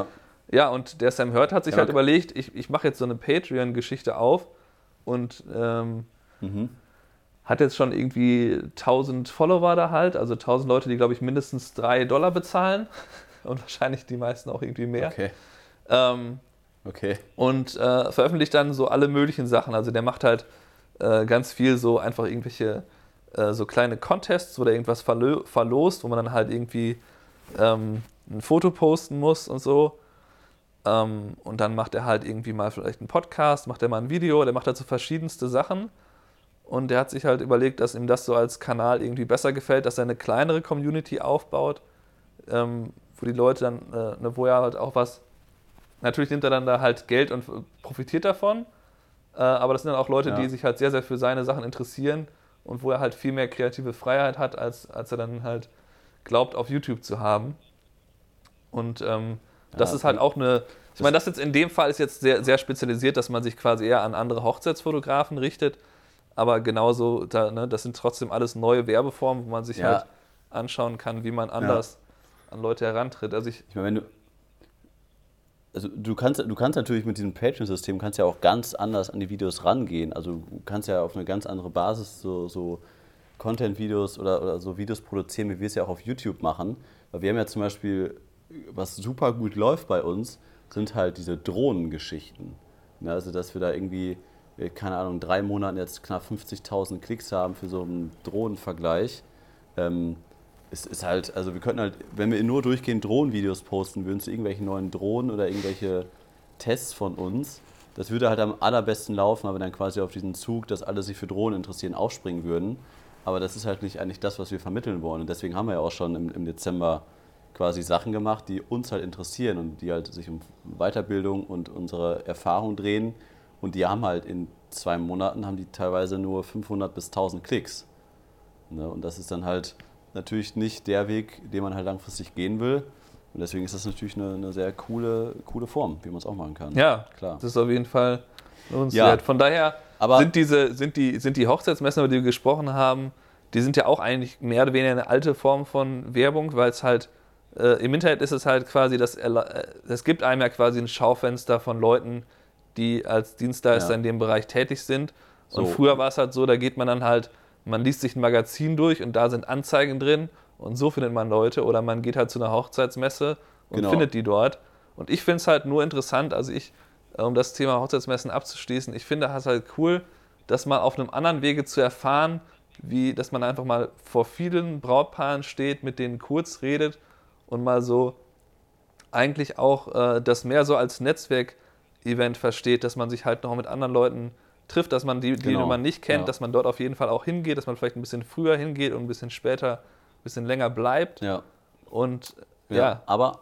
Ja, und der Sam Hurd hat sich Ja, halt okay. überlegt, ich, ich mache jetzt so eine Patreon-Geschichte auf und ähm, Mhm. hat jetzt schon irgendwie tausend Follower da halt, also tausend Leute, die, glaube ich, mindestens drei Dollar bezahlen und wahrscheinlich die meisten auch irgendwie mehr. Okay, Ähm, okay. und äh, veröffentlicht dann so alle möglichen Sachen. Also der macht halt äh, ganz viel so einfach irgendwelche äh, so kleine Contests, wo der irgendwas verlo verlost, wo man dann halt irgendwie ähm, ein Foto posten muss und so. Ähm, und dann macht er halt irgendwie mal vielleicht einen Podcast, macht er mal ein Video, der macht halt so verschiedenste Sachen. Und der hat sich halt überlegt, dass ihm das so als Kanal irgendwie besser gefällt, dass er eine kleinere Community aufbaut, ähm, wo die Leute dann, äh, ne, wo er halt auch was, natürlich nimmt er dann da halt Geld und profitiert davon, äh, aber das sind dann auch Leute, Ja. die sich halt sehr, sehr für seine Sachen interessieren und wo er halt viel mehr kreative Freiheit hat, als, als er dann halt glaubt, auf YouTube zu haben. Und ähm, das Ja, ist halt und- auch eine, ich meine, das jetzt in dem Fall ist jetzt sehr, sehr spezialisiert, dass man sich quasi eher an andere Hochzeitsfotografen richtet, aber genauso, da, ne, das sind trotzdem alles neue Werbeformen, wo man sich Ja. halt anschauen kann, wie man anders an Leute herantritt. Also ich, Ich meine, wenn du. Also du kannst, du kannst natürlich mit diesem Patreon-System kannst ja auch ganz anders an die Videos rangehen. Also du kannst ja auf eine ganz andere Basis so, so Content-Videos oder, oder so Videos produzieren, wie wir es ja auch auf YouTube machen. Weil wir haben ja zum Beispiel, was super gut läuft bei uns, sind halt diese Drohnengeschichten. Ne, also dass wir da irgendwie, äh, keine Ahnung, in drei Monaten jetzt knapp fünfzigtausend Klicks haben für so einen Drohnenvergleich. Ähm, Es ist halt, also wir könnten halt, wenn wir nur durchgehend Drohnenvideos posten würden zu irgendwelchen neuen Drohnen oder irgendwelche Tests von uns, das würde halt am allerbesten laufen, weil wir dann quasi auf diesen Zug, dass alle sich für Drohnen interessieren, aufspringen würden. Aber das ist halt nicht eigentlich das, was wir vermitteln wollen. Und deswegen haben wir ja auch schon im, im Dezember quasi Sachen gemacht, die uns halt interessieren und die halt sich um Weiterbildung und unsere Erfahrung drehen. Und die haben halt in zwei Monaten, haben die teilweise nur fünfhundert bis tausend Klicks. Ne? Und das ist dann halt natürlich nicht der Weg, den man halt langfristig gehen will. Und deswegen ist das natürlich eine, eine sehr coole, coole Form, wie man es auch machen kann. ja, Klar. das ist auf jeden Fall lohnenswert. Ja. Von daher Aber- sind, diese, sind, die, sind die Hochzeitsmessen, über die wir gesprochen haben, die sind ja auch eigentlich mehr oder weniger eine alte Form von Werbung, weil es halt, äh, im Internet ist es halt quasi, das, äh, es gibt einem ja quasi ein Schaufenster von Leuten, die als Dienstleister Ja. in dem Bereich tätig sind. Und So. früher war es halt so, da geht man dann halt, man liest sich ein Magazin durch und da sind Anzeigen drin und so findet man Leute. Oder man geht halt zu einer Hochzeitsmesse und Genau. findet die dort. Und ich finde es halt nur interessant, also ich, äh, um das Thema Hochzeitsmessen abzuschließen, ich finde es halt cool, das mal auf einem anderen Wege zu erfahren, wie, dass man einfach mal vor vielen Brautpaaren steht, mit denen kurz redet und mal so eigentlich auch äh, das mehr so als Netzwerk-Event versteht, dass man sich halt noch mit anderen Leuten trifft, dass man die, die Genau. man nicht kennt, Ja. dass man dort auf jeden Fall auch hingeht, dass man vielleicht ein bisschen früher hingeht und ein bisschen später, ein bisschen länger bleibt. Ja. Und Ja. ja, Aber,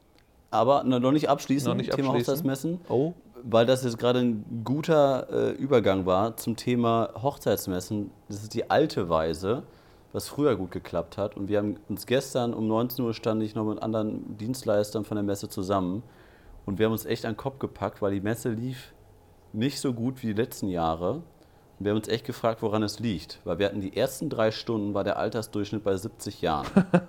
aber noch nicht abschließen, Noch nicht Thema abschließen. Hochzeitsmessen. oh, Weil das jetzt gerade ein guter äh, Übergang war zum Thema Hochzeitsmessen. Das ist die alte Weise, was früher gut geklappt hat. Und wir haben uns gestern um neunzehn Uhr stand ich noch mit anderen Dienstleistern von der Messe zusammen. Und wir haben uns echt an den Kopf gepackt, weil die Messe lief nicht so gut wie die letzten Jahre. Und wir haben uns echt gefragt, woran es liegt. Weil wir hatten die ersten drei Stunden, war der Altersdurchschnitt bei siebzig Jahren.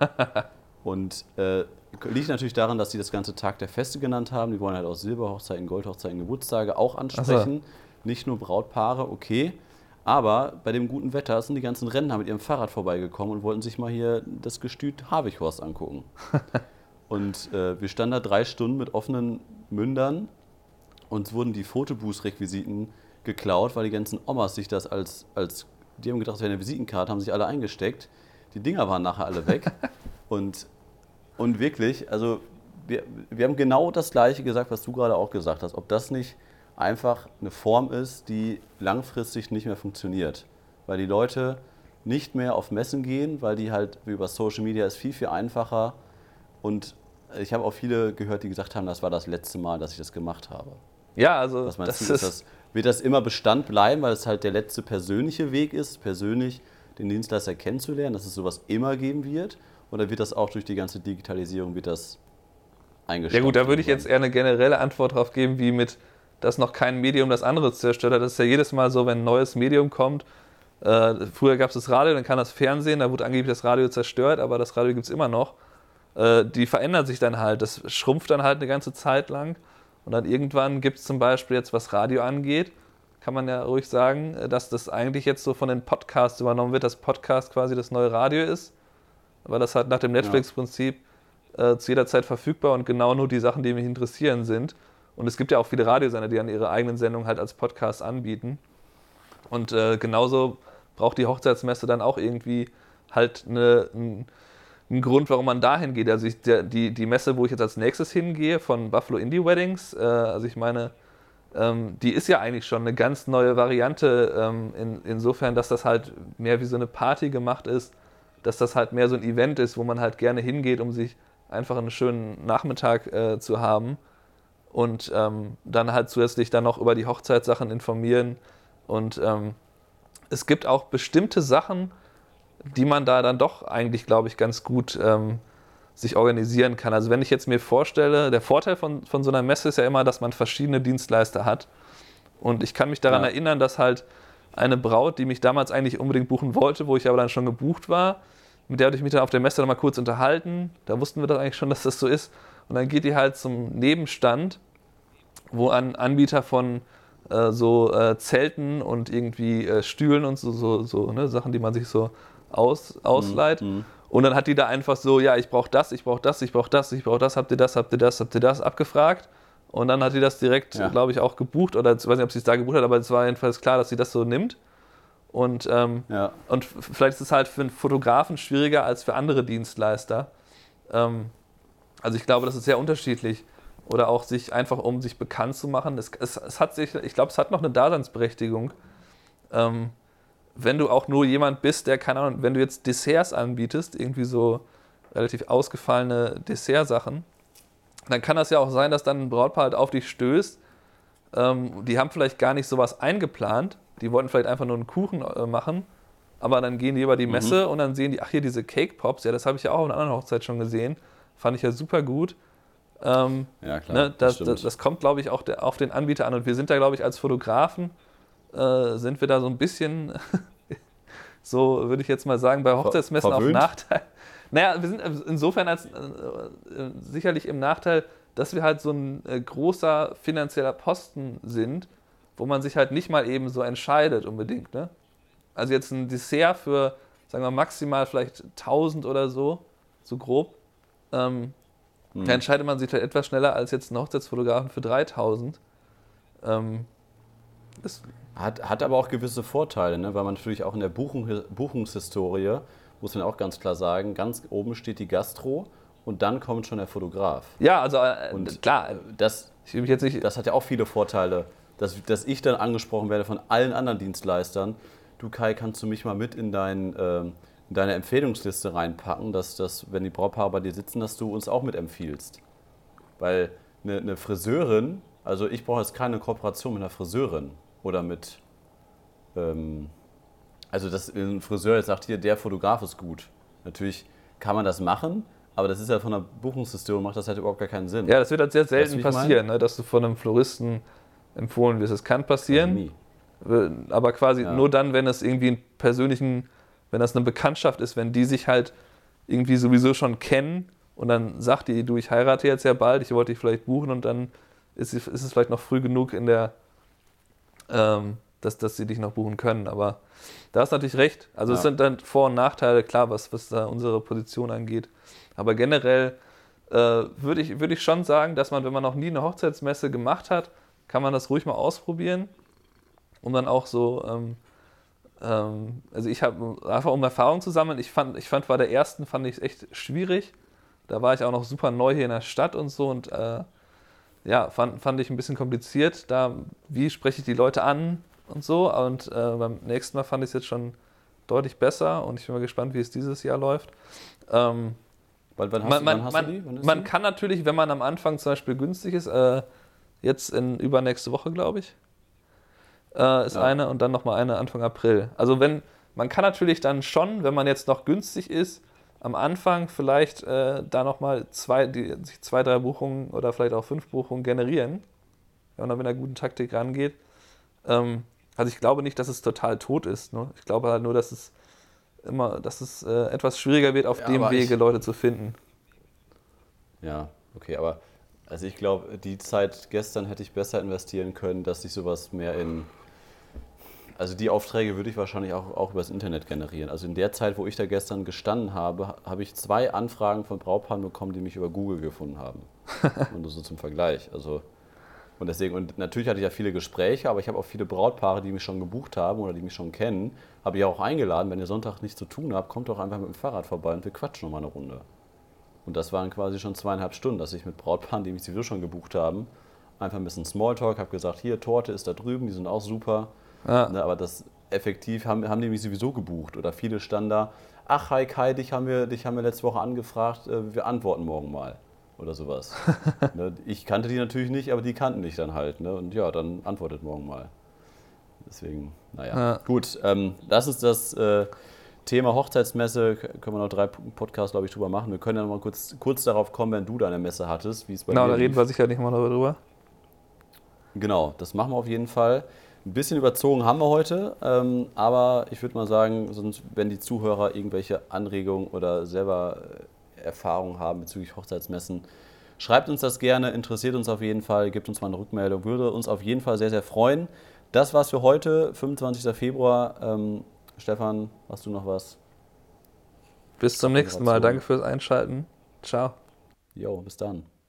Und äh, liegt natürlich daran, dass sie das ganze Tag der Feste genannt haben. Die wollen halt auch Silberhochzeiten, Goldhochzeiten, Geburtstage auch ansprechen. Nicht nur Brautpaare, okay. Aber bei dem guten Wetter sind die ganzen Rentner mit ihrem Fahrrad vorbeigekommen und wollten sich mal hier das Gestüt Habichhorst angucken. Und äh, wir standen da drei Stunden mit offenen Mündern. Uns wurden die Fotobooth-Requisiten geklaut, weil die ganzen Omas sich das als, als die haben gedacht, das wäre eine Visitenkarte, haben sich alle eingesteckt. Die Dinger waren nachher alle weg. und, und wirklich, also wir, wir haben genau das Gleiche gesagt, was du gerade auch gesagt hast. Ob das nicht einfach eine Form ist, die langfristig nicht mehr funktioniert. Weil die Leute nicht mehr auf Messen gehen, weil die halt über Social Media ist viel, viel einfacher. Und ich habe auch viele gehört, die gesagt haben, das war das letzte Mal, dass ich das gemacht habe. ja, also Was meinst das du, ist, ist das, wird das immer Bestand bleiben, weil es halt der letzte persönliche Weg ist, persönlich den Dienstleister kennenzulernen, dass es sowas immer geben wird? Oder wird das auch durch die ganze Digitalisierung wird das eingeschränkt? ja gut, da würde ich jetzt eher eine generelle Antwort drauf geben, wie mit, dass noch kein Medium das andere zerstört hat. Das ist ja jedes Mal so, wenn ein neues Medium kommt. Äh, früher gab es das Radio, dann kam das Fernsehen, da wurde angeblich das Radio zerstört, aber das Radio gibt es immer noch. äh, die verändern sich dann halt. Das schrumpft dann halt eine ganze Zeit lang. Und dann irgendwann gibt es zum Beispiel jetzt, was Radio angeht, kann man ja ruhig sagen, dass das eigentlich jetzt so von den Podcasts übernommen wird, dass Podcast quasi das neue Radio ist. Weil das halt nach dem Netflix-Prinzip äh, zu jeder Zeit verfügbar und genau nur die Sachen, die mich interessieren, sind. Und es gibt ja auch viele Radiosender, die dann ihre eigenen Sendungen halt als Podcast anbieten. Und äh, genauso braucht die Hochzeitsmesse dann auch irgendwie halt eine, ein, einen Grund, warum man dahin geht. Also ich, der, die, die Messe, wo ich jetzt als nächstes hingehe, von Buffalo Indie Weddings, äh, also ich meine, ähm, die ist ja eigentlich schon eine ganz neue Variante, ähm, in, insofern, dass das halt mehr wie so eine Party gemacht ist, dass das halt mehr so ein Event ist, wo man halt gerne hingeht, um sich einfach einen schönen Nachmittag äh, zu haben und ähm, dann halt zusätzlich dann noch über die Hochzeitssachen informieren. Und ähm, es gibt auch bestimmte Sachen, die man da dann doch eigentlich, glaube ich, ganz gut ähm, sich organisieren kann. Also wenn ich jetzt mir vorstelle, der Vorteil von, von so einer Messe ist ja immer, dass man verschiedene Dienstleister hat. Und ich kann mich daran Ja. erinnern, dass halt eine Braut, die mich damals eigentlich unbedingt buchen wollte, wo ich aber dann schon gebucht war, mit der hatte ich mich dann auf der Messe noch mal kurz unterhalten. Da wussten wir das eigentlich schon, dass das so ist. Und dann geht die halt zum Nebenstand, wo ein Anbieter von äh, so äh, Zelten und irgendwie äh, Stühlen und so, so, so ne, Sachen, die man sich so aus, ausleiht. Mhm. Und dann hat die da einfach so, ja, ich brauche das, ich brauche das, ich brauche das, ich brauche das, habt ihr das, habt ihr das, habt ihr das abgefragt. Und dann hat die das direkt, Ja. glaube ich, auch gebucht. Oder ich weiß nicht, ob sie es da gebucht hat, aber es war jedenfalls klar, dass sie das so nimmt. Und, ähm, Ja. und f- vielleicht ist es halt für einen Fotografen schwieriger als für andere Dienstleister. Ähm, also ich glaube, das ist sehr unterschiedlich. Oder auch sich einfach, um sich bekannt zu machen. Es, es, es hat sich, ich glaube, es hat noch eine Daseinsberechtigung. Ähm, wenn du auch nur jemand bist, der, keine Ahnung, wenn du jetzt Desserts anbietest, irgendwie so relativ ausgefallene Dessertsachen, dann kann das ja auch sein, dass dann ein Brautpaar halt auf dich stößt. Ähm, die haben vielleicht gar nicht sowas eingeplant. Die wollten vielleicht einfach nur einen Kuchen äh, machen. Aber dann gehen die über die Messe und dann sehen die, ach hier, diese Cake Pops, ja, das habe ich ja auch auf einer anderen Hochzeit schon gesehen. Fand ich ja super gut. Ähm, Ja, klar. ne, das, das das, das kommt, glaube ich, auch der, auf den Anbieter an. Und wir sind da, glaube ich, als Fotografen, äh, sind wir da so ein bisschen, so würde ich jetzt mal sagen, bei Hochzeitsmessen auf verwöhnt? Nachteil. Naja, wir sind insofern als, äh, äh, sicherlich im Nachteil, dass wir halt so ein äh, großer finanzieller Posten sind, wo man sich halt nicht mal eben so entscheidet unbedingt. Ne? Also jetzt ein Dessert für, sagen wir maximal vielleicht tausend oder so, so grob, ähm, Mhm. da entscheidet man sich halt etwas schneller als jetzt ein Hochzeitsfotografen für dreitausend. Ähm, das, Hat, hat aber auch gewisse Vorteile, ne? Weil man natürlich auch in der Buchung, Buchungshistorie, muss man auch ganz klar sagen, ganz oben steht die Gastro und dann kommt schon der Fotograf. ja, also äh, Und klar, Das, ich will mich jetzt nicht... das hat ja auch viele Vorteile, dass, dass ich dann angesprochen werde von allen anderen Dienstleistern. Du Kai, kannst du mich mal mit in, dein, ähm, in deine Empfehlungsliste reinpacken, dass, dass, wenn die Brautpaare bei dir sitzen, dass du uns auch mit empfiehlst. Weil eine, eine Friseurin, also ich brauche jetzt keine Kooperation mit einer Friseurin oder mit, ähm, also dass ein Friseur jetzt sagt, hier, der Fotograf ist gut. Natürlich kann man das machen, aber das ist ja von der Buchungssystem, macht das halt überhaupt gar keinen Sinn. Ja, das wird halt sehr Weißt du, selten wie ich meine? passieren, ne, dass du von einem Floristen empfohlen wirst. Das kann passieren, Nie. äh, aber quasi Ja. nur dann, wenn es irgendwie einen persönlichen, wenn das eine Bekanntschaft ist, wenn die sich halt irgendwie sowieso schon kennen und dann sagt die, du, ich heirate jetzt ja bald, ich wollte dich vielleicht buchen und dann ist, ist es vielleicht noch früh genug in der, ähm, dass, dass sie dich noch buchen können. Aber da hast du natürlich recht. Also es Ja. sind dann Vor- und Nachteile, klar, was, was da unsere Position angeht. Aber generell äh, würde ich, würd ich schon sagen, dass man, wenn man noch nie eine Hochzeitsmesse gemacht hat, kann man das ruhig mal ausprobieren, um dann auch so, ähm, ähm, also ich habe einfach um Erfahrung zu sammeln. Ich fand, ich fand bei der ersten fand ich es echt schwierig. Da war ich auch noch super neu hier in der Stadt und so und äh, ja, fand, fand ich ein bisschen kompliziert. Da, wie spreche ich die Leute an und so. Und äh, beim nächsten Mal fand ich es jetzt schon deutlich besser und ich bin mal gespannt, wie es dieses Jahr läuft. Ähm, Weil, wann hast, man du, man, wann hast man, du die? Wann ist man die? kann natürlich, wenn man am Anfang zum Beispiel günstig ist, äh, jetzt in übernächste Woche, glaube ich, äh, ist Ja. eine und dann nochmal eine Anfang April. Also wenn, man kann natürlich dann schon, wenn man jetzt noch günstig ist, am Anfang vielleicht äh, da nochmal zwei, die, sich zwei, drei Buchungen oder vielleicht auch fünf Buchungen generieren, wenn man da mit einer guten Taktik rangeht. Ähm, also ich glaube nicht, dass es total tot ist. Ne? Ich glaube halt nur, dass es immer, dass es äh, etwas schwieriger wird, auf Ja, dem aber Wege ich- Leute zu finden. Ja, okay, aber also ich glaube, die Zeit gestern hätte ich besser investieren können, dass ich sowas mehr in... Also die Aufträge würde ich wahrscheinlich auch, auch übers Internet generieren. Also in der Zeit, wo ich da gestern gestanden habe, habe ich zwei Anfragen von Brautpaaren bekommen, die mich über Google gefunden haben. Und so zum Vergleich. Also, und deswegen, und natürlich hatte ich ja viele Gespräche, aber ich habe auch viele Brautpaare, die mich schon gebucht haben oder die mich schon kennen, habe ich auch eingeladen, wenn ihr Sonntag nichts zu tun habt, kommt doch einfach mit dem Fahrrad vorbei und wir quatschen noch mal eine Runde. Und das waren quasi schon zweieinhalb Stunden, dass ich mit Brautpaaren, die mich sowieso schon gebucht haben, einfach ein bisschen Smalltalk, habe gesagt, hier, Torte ist da drüben, die sind auch super. Ja. Ne, aber das effektiv haben, haben die mich sowieso gebucht. Oder viele standen da, ach hi Kai, dich haben wir, dich haben wir letzte Woche angefragt, äh, wir antworten morgen mal. Oder sowas. Ne, ich kannte die natürlich nicht, aber die kannten dich dann halt. Ne? Und ja, dann antwortet morgen mal. Deswegen, naja. Ja. Gut, ähm, das ist das äh, Thema Hochzeitsmesse. K- Können wir noch drei Podcasts, glaube ich, drüber machen. Wir können ja noch mal kurz, kurz darauf kommen, wenn du deine Messe hattest, wie es bei Genau, dir da reden lief. wir sicher nicht mal darüber. Genau, das machen wir auf jeden Fall. Ein bisschen überzogen haben wir heute, ähm, aber ich würde mal sagen, sonst, wenn die Zuhörer irgendwelche Anregungen oder selber äh, Erfahrungen haben bezüglich Hochzeitsmessen, schreibt uns das gerne, interessiert uns auf jeden Fall, gebt uns mal eine Rückmeldung, würde uns auf jeden Fall sehr, sehr freuen. Das war's für heute, fünfundzwanzigster Februar. Ähm, Stefan, hast du noch was? Bis zum nächsten Mal. Danke fürs Einschalten. Ciao. Jo, bis dann.